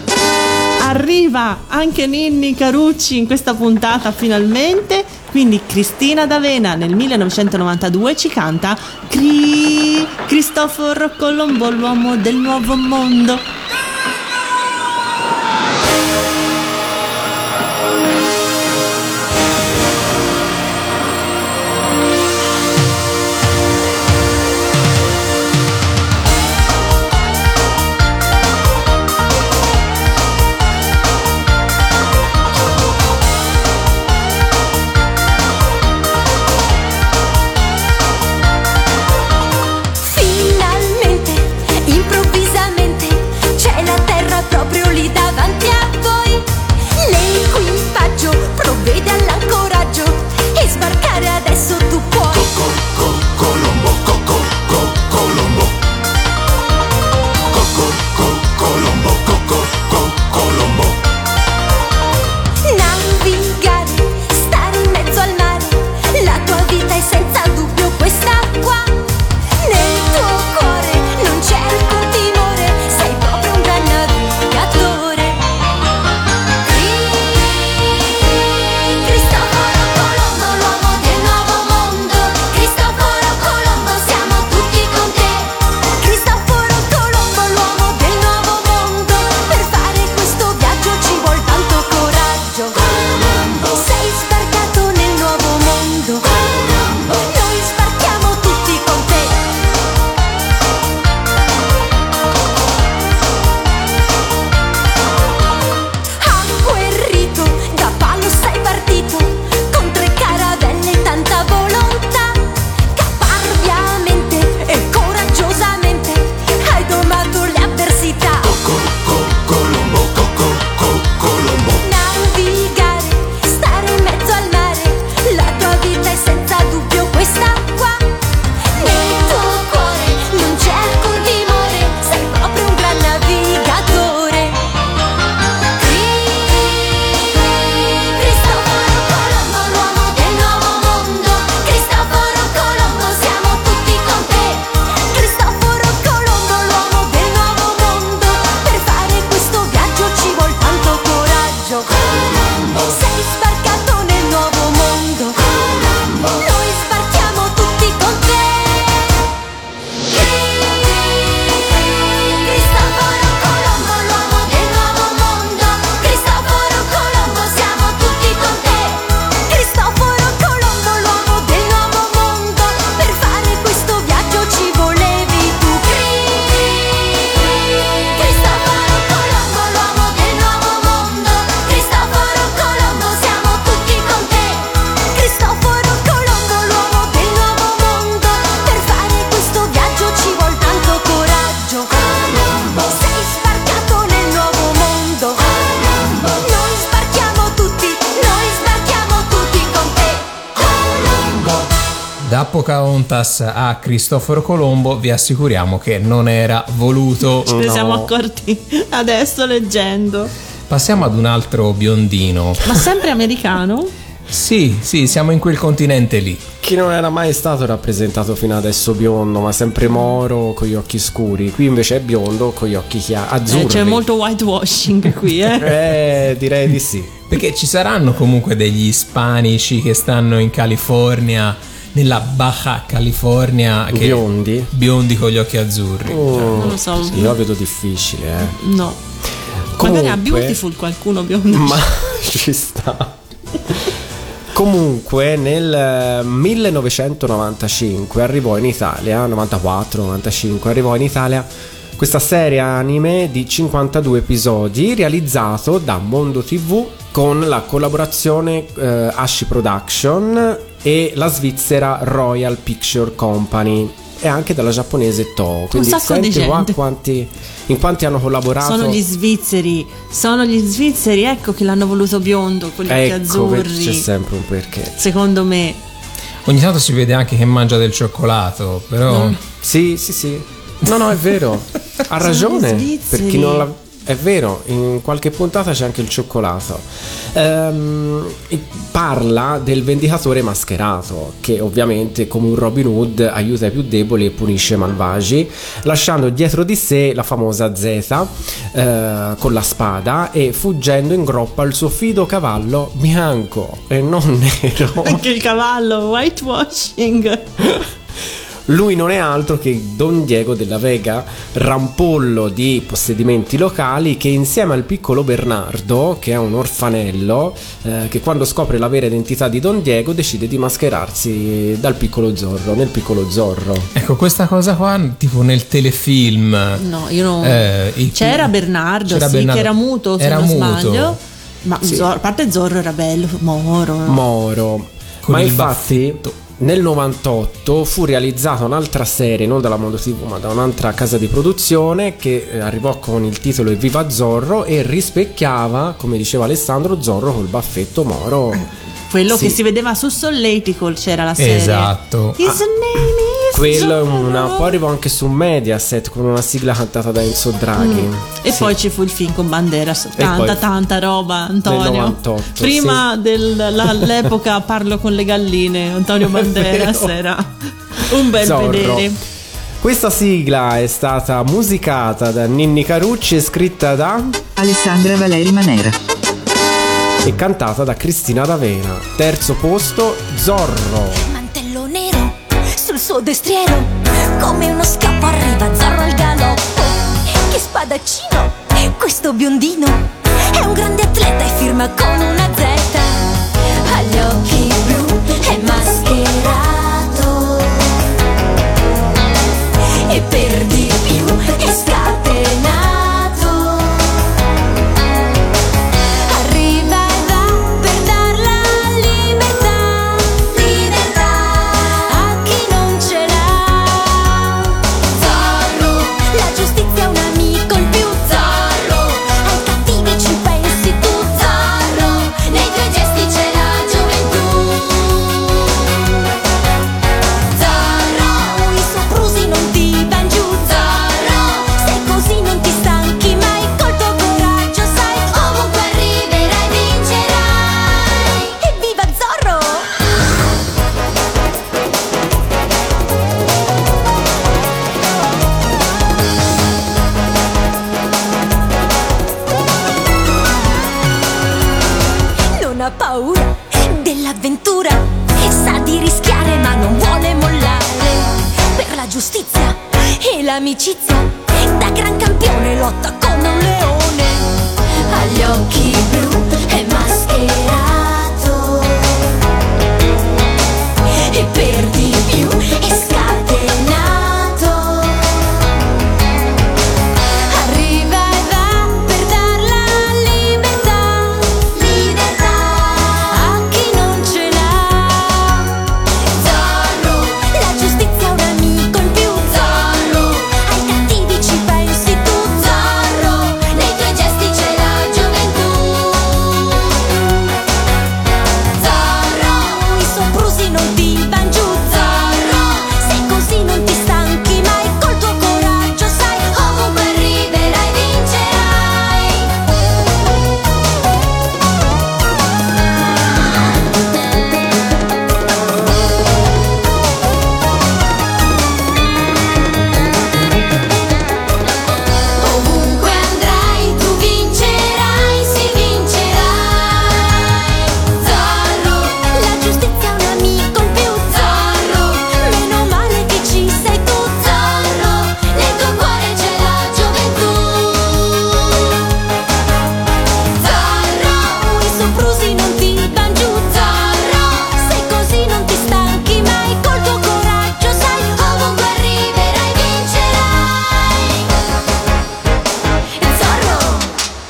arriva anche Ninni Carucci in questa puntata finalmente. Quindi Cristina D'Avena nel millenovecentonovantadue ci canta Cri Cristoforo Colombo, l'uomo del nuovo mondo. Finalmente, improvvisamente, Da Pocahontas a Cristoforo Colombo vi assicuriamo che non era voluto. Ce ne siamo accorti adesso leggendo. Passiamo ad un altro biondino. Ma sempre americano? Sì, sì, siamo in quel continente lì. Chi non era mai stato rappresentato fino adesso biondo, ma sempre moro con gli occhi scuri. Qui invece è biondo con gli occhi chiari, azzurri. Eh, c'è molto whitewashing qui, eh? Eh, direi di sì. Perché ci saranno comunque degli ispanici che stanno in California, nella Baja California, che biondi biondi con gli occhi azzurri. Oh, non lo so. Io lo vedo difficile, eh. No. Comunque, magari a Beautiful qualcuno biondo. Ma ci sta. Comunque nel millenovecentonovantacinque arrivò in Italia, novantaquattro novantacinque arrivò in Italia questa serie anime di cinquantadue episodi realizzato da Mondo tivù con la collaborazione eh, Ashi Production e la svizzera Royal Picture Company e anche dalla giapponese Toho. Quindi Un sacco di senti qua gente. quanti, in quanti hanno collaborato. Sono gli svizzeri, sono gli svizzeri, ecco che l'hanno voluto biondo con gli occhi Ecco, azzurri. c'è sempre un perché. Secondo me. Ogni tanto si vede anche che mangia del cioccolato, però Mm. Sì, sì, sì. No, no, è vero. Ha ragione. gli Per chi svizzeri. non l'ha. È vero, in qualche puntata c'è anche il cioccolato. Ehm, parla del vendicatore mascherato, che ovviamente, come un Robin Hood, aiuta i più deboli e punisce i malvagi, lasciando dietro di sé la famosa Zeta eh, con la spada e fuggendo in groppa il suo fido cavallo bianco e non nero. Anche il cavallo, whitewashing. Lui non è altro che Don Diego della Vega, rampollo di possedimenti locali che insieme al piccolo Bernardo, che è un orfanello, eh, che quando scopre la vera identità di Don Diego decide di mascherarsi dal piccolo Zorro, nel piccolo Zorro. ecco questa cosa qua, tipo nel telefilm. No, io non. eh, il- C'era Bernardo, c'era sì, Bernardo. che era muto, se Era non muto. sbaglio. Ma Sì. Zorro- a parte Zorro era bello, Moro. Moro. Con Ma il infatti baffetto. nel novantotto fu realizzata un'altra serie, non dalla Mondo tivù ma da un'altra casa di produzione, che eh, arrivò con il titolo Evviva Zorro e rispecchiava, come diceva Alessandro, Zorro col baffetto Moro. Quello Sì. che si vedeva su Solletical, c'era la serie. Esatto. His name is Quello è Zorro. una. Poi arrivò anche su Mediaset con una sigla cantata da Enzo Draghi. Mm. E Sì. poi ci fu il film con Banderas. E Tanta, poi- tanta roba, Antonio. Del novantotto, Prima dell'epoca Parlo con le galline, Antonio Banderas vero. era un bel Zorro. vedere. Questa sigla è stata musicata da Ninni Carucci e scritta da Alessandra Valeri Manera. e cantata da Cristina D'Avena. Terzo posto Zorro. Mantello nero sul suo destriero, come uno scappo arriva Zorro al galoppo. Che spadaccino, questo biondino è un grande atleta e firma con una Z. Ha gli occhi blu, è mascherato e per di più è scatenato. Arriva e va per dar la libertà, libertà a chi non ce l'ha. Zorro, la giustizia è un amico in più. Zorro, ai cattivi ci pensi tu. Zorro, nei tuoi gesti c'è la gioventù. Zorro, i soprusi non ti van giù. Zorro, se così non ti stanchi mai, col tuo coraggio sai, ovunque arriverai vincerai. Evviva Zorro! Non ha paura dell'avventura, sa di rischiare ma non vuole mollare. Per la giustizia e l'amicizia, da gran campione lotta come un leone. Ha gli occhi blu, è mascherato e per di più è scatenato. Arriva e va per dar la libertà, libertà a chi non ce l'ha. Zorro, la giustizia è un amico in più. Zorro, ai cattivi ci pensi tu. Zorro, nei tuoi gesti c'è la gioventù.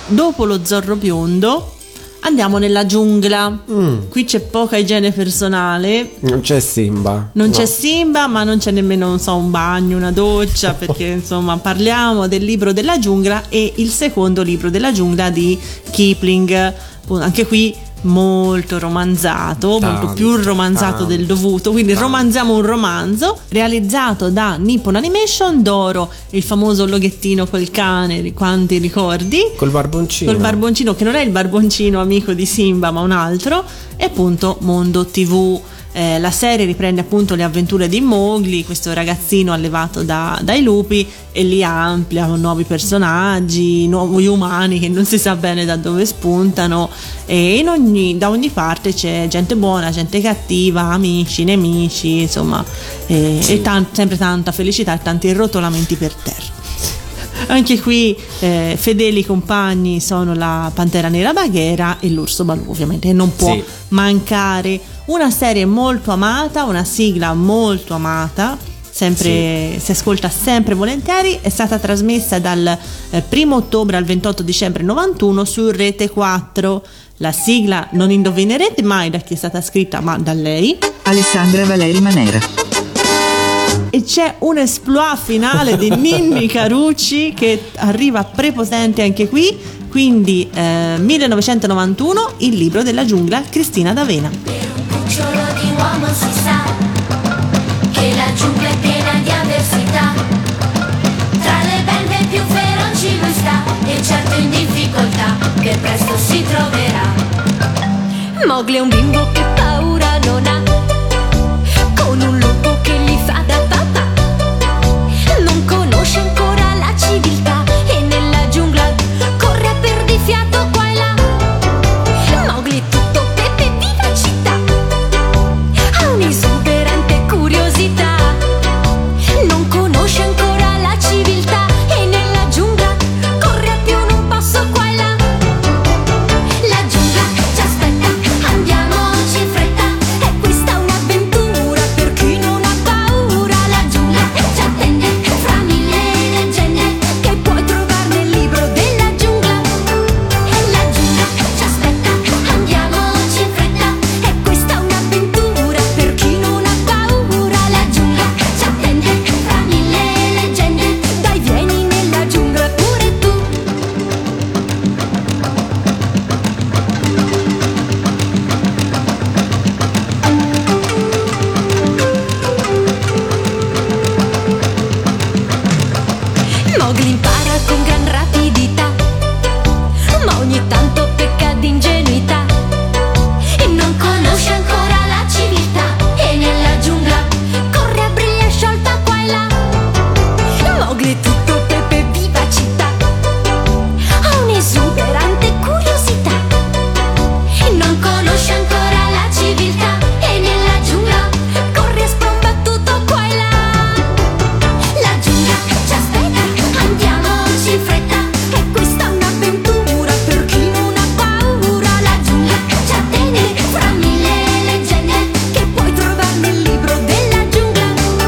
dopo lo Zorro Biondo andiamo nella giungla. Mm. Qui c'è poca igiene personale. Non c'è Simba. Non no. c'è Simba, ma non c'è nemmeno, non so, un bagno, una doccia, perché insomma parliamo del libro della giungla e il secondo libro della giungla di Kipling. Anche qui molto romanzato, tanto, molto più romanzato tanto, del dovuto, quindi tanto. romanziamo un romanzo realizzato da Nippon Animation. Doro, il famoso loghettino col cane, quanti ricordi? Col barboncino. Col barboncino, che non è il barboncino amico di Simba ma un altro, e appunto Mondo tivù. Eh, la serie riprende appunto le avventure di Mowgli, questo ragazzino allevato da, dai lupi, e li amplia con nuovi personaggi, nuovi umani che non si sa bene da dove spuntano, e in ogni, da ogni parte c'è gente buona, gente cattiva, amici, nemici, insomma, e, sì. e tan- sempre tanta felicità e tanti rotolamenti per terra. Anche qui eh, fedeli compagni sono la Pantera Nera Baghera e l'Urso Balù, ovviamente, e non può sì. mancare una serie molto amata, una sigla molto amata, sempre, sì. si ascolta sempre volentieri. È stata trasmessa dal eh, primo ottobre al ventotto dicembre novantuno su Rete quattro. La sigla non indovinerete mai da chi è stata scritta, ma da lei, Alessandra Valeri Manera. E c'è un exploit finale di Ninni Carucci che arriva prepotente anche qui. Quindi eh, millenovecentonovantuno, Il libro della giungla, Cristina D'Avena. Per un cucciolo di uomo si sa che la giungla è piena di avversità. Tra le belve più feroci lui sta, e certo in difficoltà che presto si troverà. Mowgli è un bimbo che paura non ha, con un lupo che gli fa da papà. Non conosce ancora la civiltà e nella giungla corre a perdifiato qua e là. Mowgli è tutto pepe e vivacità, ha un'esuberante curiosità. Non conosce ancora la civiltà e nella giungla corre a più non passo qua e là. La giungla ci aspetta, andiamoci in fretta, è questa un'avventura per chi non ha paura. La giungla ci attende fra mille leggende che puoi trovare nel libro della giungla. La giungla ci aspetta, andiamoci in fretta, è questa un'avventura per chi non ha paura. La giungla ci attende fra mille leggende, dai vieni nella giungla pure tu. Mowgli impara con gran rapidità, ma ogni tanto pecca di ingenuità e non conosce ancora la civiltà e nella giungla corre a briglia sciolta qua e là. Mowgli è tutto pepe e vivacità, ha un'esuberante curiosità e non conosce ancora la civiltà e nella giungla corre a sprombattuto qua e là. La giungla ci aspetta, andiamoci in fretta, è questa un'avventura per chi non ha paura. La giungla ci attende fra mille leggende che puoi trovare nel libro della giungla.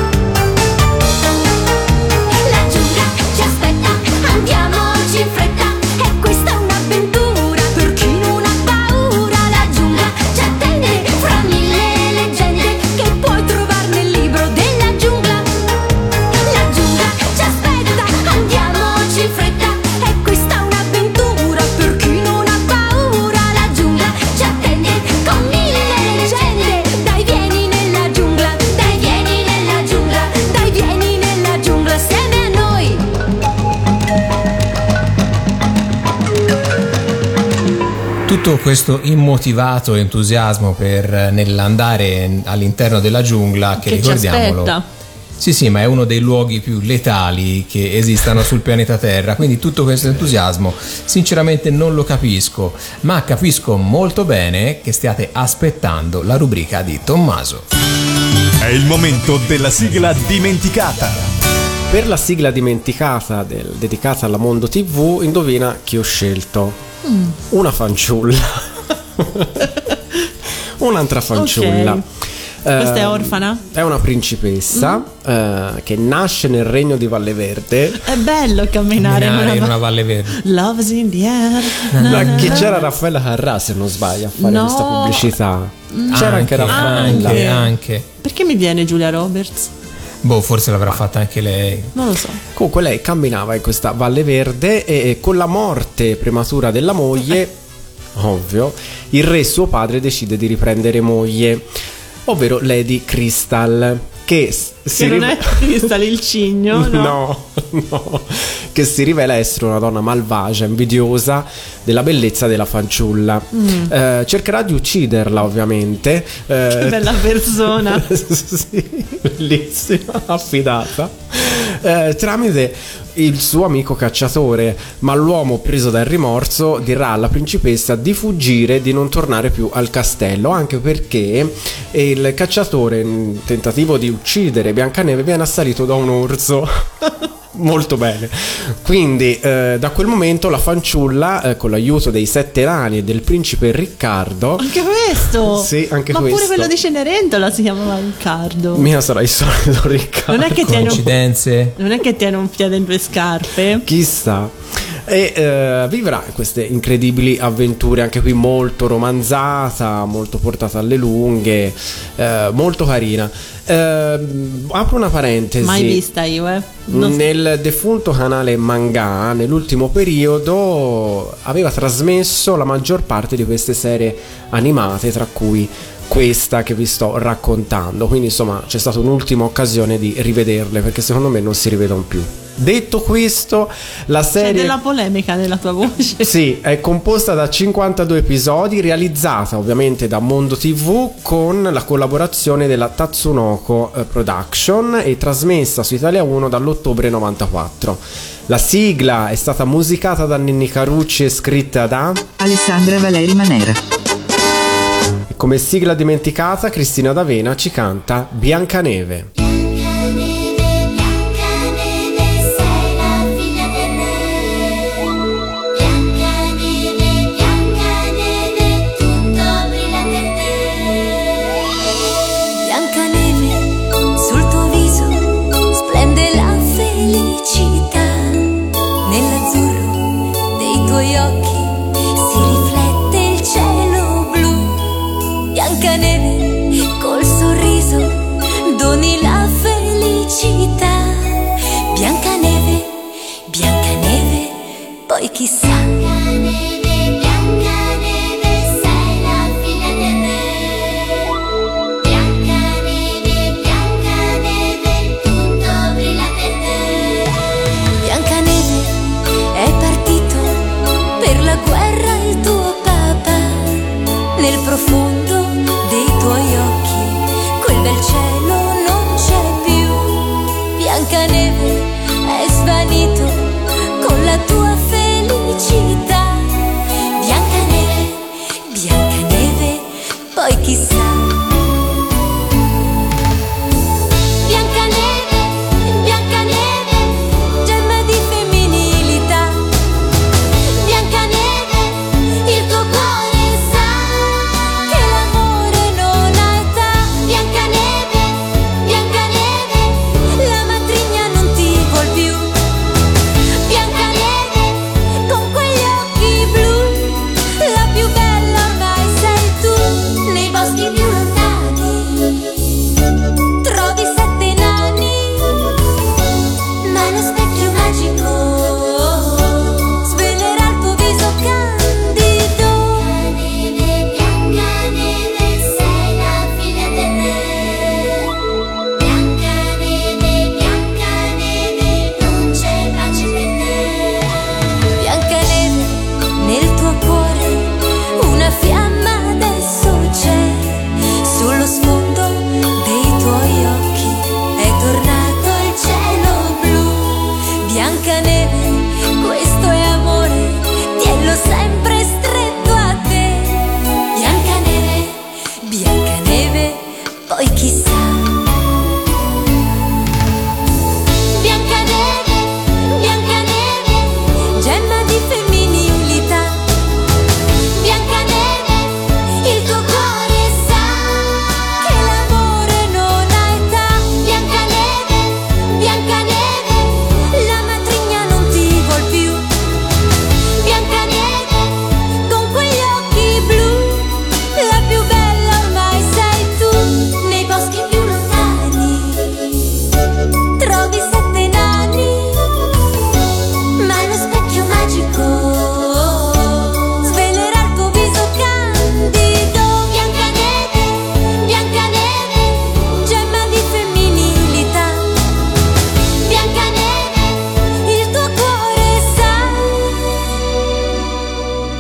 La giungla ci aspetta, andiamoci in fretta, è questa un'avventura per chi non ha paura. La giungla ci attende fra mille leggende che puoi trovare nel libro della giungla. La giungla ci aspetta, andiamoci in fretta, è questa un'avventura per chi non ha paura. La giungla ci attende con mille leggende, dai vieni nella giungla, dai vieni nella giungla, dai vieni nella giungla assieme a noi. Tutto questo immotivato entusiasmo per nell'andare all'interno della giungla, che, Che ci ricordiamolo, aspetta. sì sì, ma è uno dei luoghi più letali che esistano sul pianeta Terra, quindi tutto questo entusiasmo sinceramente non lo capisco, ma capisco molto bene che stiate aspettando la rubrica di Tommaso. È il momento della sigla dimenticata. Per la sigla dimenticata del, dedicata alla Mondo tivù, indovina chi ho scelto? Mm. Una fanciulla. Un'altra fanciulla. Ok. Questa è Ehm, orfana? È una principessa eh, che nasce nel regno di Valle Verde. È bello camminare, Camminare in in una, una valle verde. Love's in the air. Ma che c'era Raffaella Carrà, se non sbaglio, a fare No. questa pubblicità. C'era anche, Anche, Raffaella. anche, anche. Perché mi viene Giulia Roberts? Boh, forse l'avrà fatta anche lei. Non lo so. Comunque lei camminava in questa Valle Verde e, e con la morte prematura della moglie, ovvio, il re suo padre decide di riprendere moglie, ovvero Lady Crystal, che s- si Che non rive- è Crystal il cigno, no? no, no, che si rivela essere una donna malvagia, invidiosa della bellezza della fanciulla. Mm. Eh, cercherà di ucciderla, ovviamente. Eh, Che bella persona. sì, bellissima, affidata. Eh, tramite il suo amico cacciatore, ma l'uomo, preso dal rimorso, dirà alla principessa di fuggire, di non tornare più al castello, anche perché il cacciatore, in tentativo di uccidere Biancaneve, viene assalito da un orso. Molto bene. Quindi eh, da quel momento la fanciulla, eh, con l'aiuto dei sette nani e del principe Riccardo, Anche questo? Sì, anche Ma questo. pure quello di Cenerentola si chiamava Riccardo. mia sarà il solito Riccardo. Non è che tiene un, Coincidenze? non è che tiene un piede in due scarpe? Chissà. E eh, vivrà queste incredibili avventure, anche qui molto romanzata, molto portata alle lunghe, eh, molto carina. Eh, apro una parentesi. Mai vista io, eh. Non- Nel defunto canale Manga, nell'ultimo periodo, aveva trasmesso la maggior parte di queste serie animate, tra cui questa che vi sto raccontando. Quindi insomma c'è stata un'ultima occasione di rivederle, perché secondo me non si rivedono più. Detto questo, la C'è serie della polemica nella tua voce. sì, è composta da cinquantadue episodi, realizzata ovviamente da Mondo tivù con la collaborazione della Tatsunoko eh, Production e trasmessa su Italia uno dall'ottobre novantaquattro. La sigla è stata musicata da Nenni Carucci e scritta da Alessandra Valeri Manera. e come sigla dimenticata Cristina D'Avena ci canta Biancaneve. Biancaneve, sul tuo viso splende la felicità. Nell'azzurro dei tuoi occhi si riflette il cielo blu. Biancaneve, col sorriso doni la felicità. Biancaneve, Biancaneve, poi chissà. Nel profondo dei tuoi occhi quel bel cielo non c'è più. Biancaneve è svanito con la tua felicità. Biancaneve, Biancaneve, poi chissà. Biancaneve, Biancaneve, gemma di femminilità. Biancaneve, il tuo cuore sa che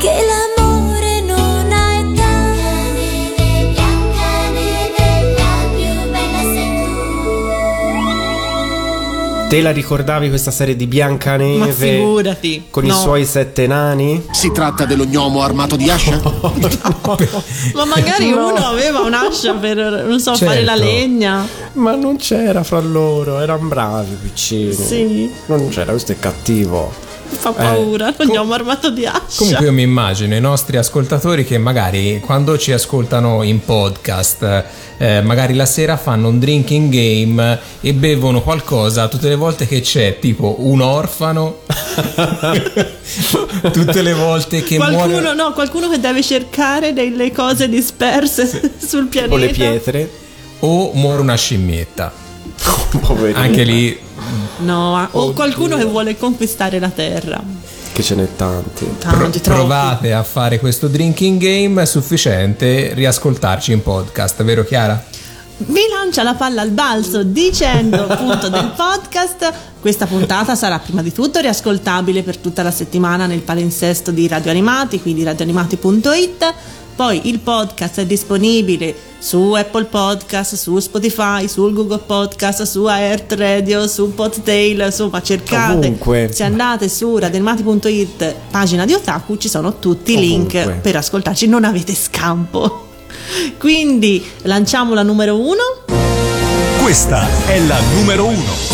che l'amore non ha età. Biancaneve, la più bella sei tu. Te la ricordavi questa serie di Biancaneve? Ma figurati. Con No. i suoi sette nani? Si tratta dello gnomo armato di ascia? Ma magari No. uno aveva un'ascia per, non so, Certo. fare la legna. Ma non c'era fra loro, erano bravi piccini. Sì. Non c'era, questo è cattivo. Fa paura, non abbiamo armato di ascia. Comunque io mi immagino i nostri ascoltatori che magari quando ci ascoltano in podcast, eh, magari la sera fanno un drinking game e bevono qualcosa tutte le volte che c'è tipo un orfano, tutte le volte che qualcuno, muore no, qualcuno che deve cercare delle cose disperse sul pianeta. O le pietre. o muore una scimmietta. Poverino. Anche lì No, ah, o qualcuno che vuole conquistare la terra. Che ce n'è tanti. Tanti, troppi. provate a fare questo drinking game, è sufficiente riascoltarci in podcast, vero Chiara? Vi lancia la palla al balzo dicendo appunto del podcast. Questa puntata sarà prima di tutto riascoltabile per tutta la settimana nel palinsesto di Radio Animati, quindi radioanimati punto it. Poi il podcast è disponibile su Apple Podcast, su Spotify, sul Google Podcast, su Aert Radio, su Podtail, insomma cercate. Ovunque. Se andate su radioanimati punto it, pagina di Otaku, ci sono tutti i link Ovunque. per ascoltarci, non avete scampo. Quindi lanciamo la numero uno. Questa è la numero uno.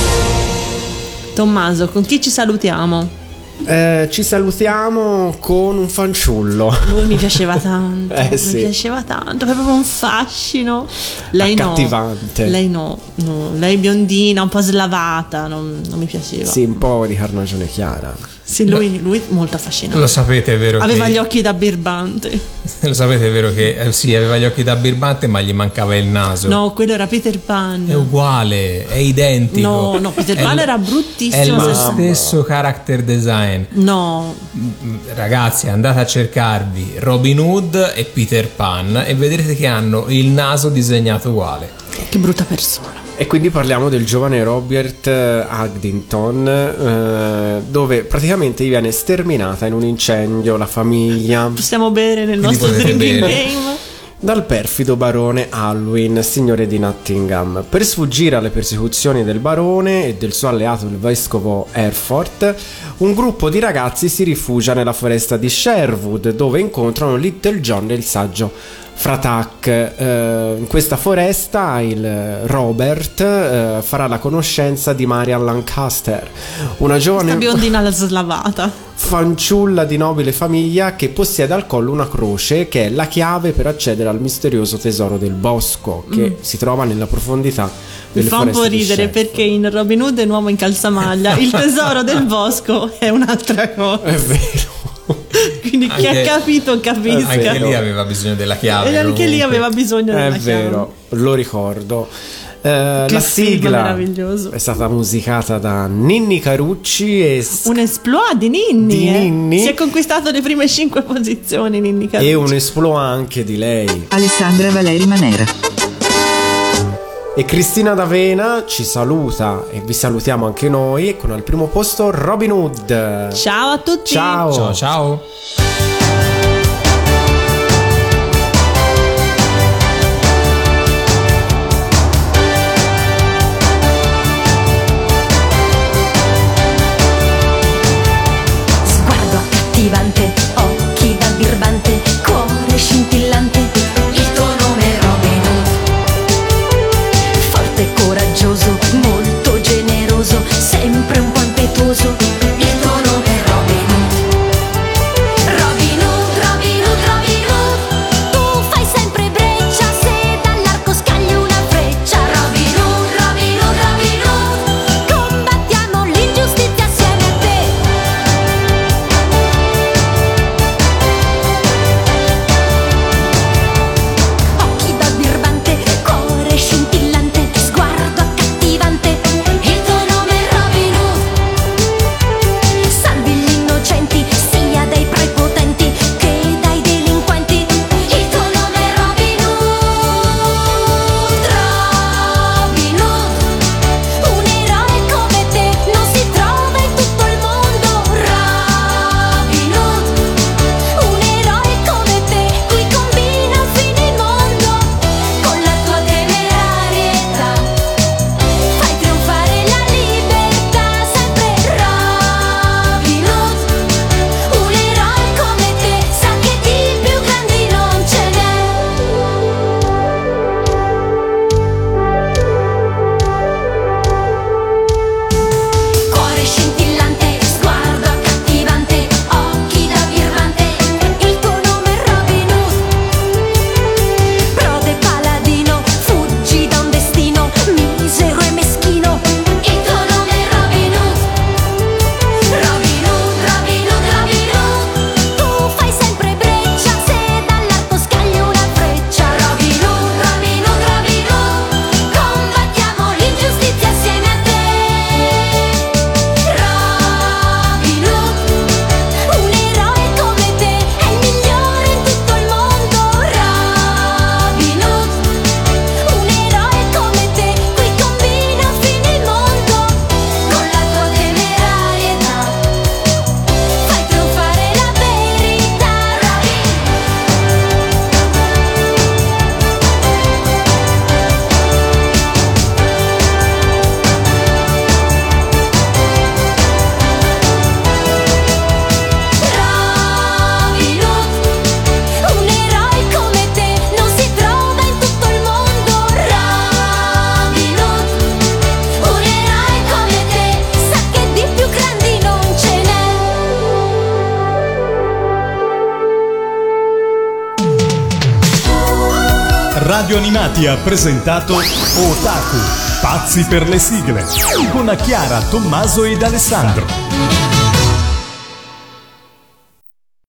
Tommaso, con chi ci salutiamo? Eh, ci salutiamo con un fanciullo. Lui mi piaceva tanto, Eh, mi sì. piaceva tanto, aveva proprio un fascino. Lei no, Accattivante. lei no, no, lei biondina, un po' slavata, non, non mi piaceva. Sì, un po' di carnagione chiara. Sì, lui, lui molto affascinante. Lo sapete, è vero Aveva che gli occhi da birbante. lo sapete, è vero che eh, sì, aveva gli occhi da birbante, ma gli mancava il naso. No, quello era Peter Pan. È uguale, è identico. No, no, Peter È Pan lo- era È bruttissimo. lo se- stesso character design. No, Ragazzi, andate a cercarvi Robin Hood e Peter Pan e vedrete che hanno il naso disegnato uguale. che brutta persona. E quindi parliamo del giovane Robert Addington, eh, dove praticamente gli viene sterminata in un incendio la famiglia Possiamo bere nel Quindi nostro potete drinking bere. game. dal perfido barone Alwyn, signore di Nottingham. Per sfuggire alle persecuzioni del barone e del suo alleato il vescovo Hereford, un gruppo di ragazzi si rifugia nella foresta di Sherwood, dove incontrano Little John e il saggio Fratak. Eh, in questa foresta il Robert eh, farà la conoscenza di Marian Lancaster, una giovane Sta biondina alla slavata. fanciulla di nobile famiglia che possiede al collo una croce che è la chiave per accedere al misterioso tesoro del bosco che Mm. si trova nella profondità Mi delle fa un po' foreste di ridere Sherwood. perché in Robin Hood è un uomo in calzamaglia, il tesoro del bosco è un'altra cosa. È vero. Quindi chi Anche- ha capito capisca. Anche lì aveva bisogno della chiave. E anche comunque. lì aveva bisogno È della vero, lo ricordo. Eh, Che la film sigla meraviglioso. è stata musicata da Ninni Carucci e, chiave. Un esploit di Ninni, Di eh. Ninni. Si è conquistato le prime cinque posizioni Ninni Carucci. e un esploit anche di lei. Alessandra Valeri Manera. E Cristina D'Avena ci saluta e vi salutiamo anche noi con al primo posto Robin Hood. Ciao a tutti. Ciao. Ciao, ciao. Sguardo accattivante, occhi da birbante, cuore scintillante. Il tuo nome è Robin Hood. Forte e coraggioso, molto generoso, sempre un po' impetuoso. Il tuo nome è Robin Hood. Robin Radio Animati ha presentato Otaku, pazzi per le sigle, con Chiara, Tommaso ed Alessandro.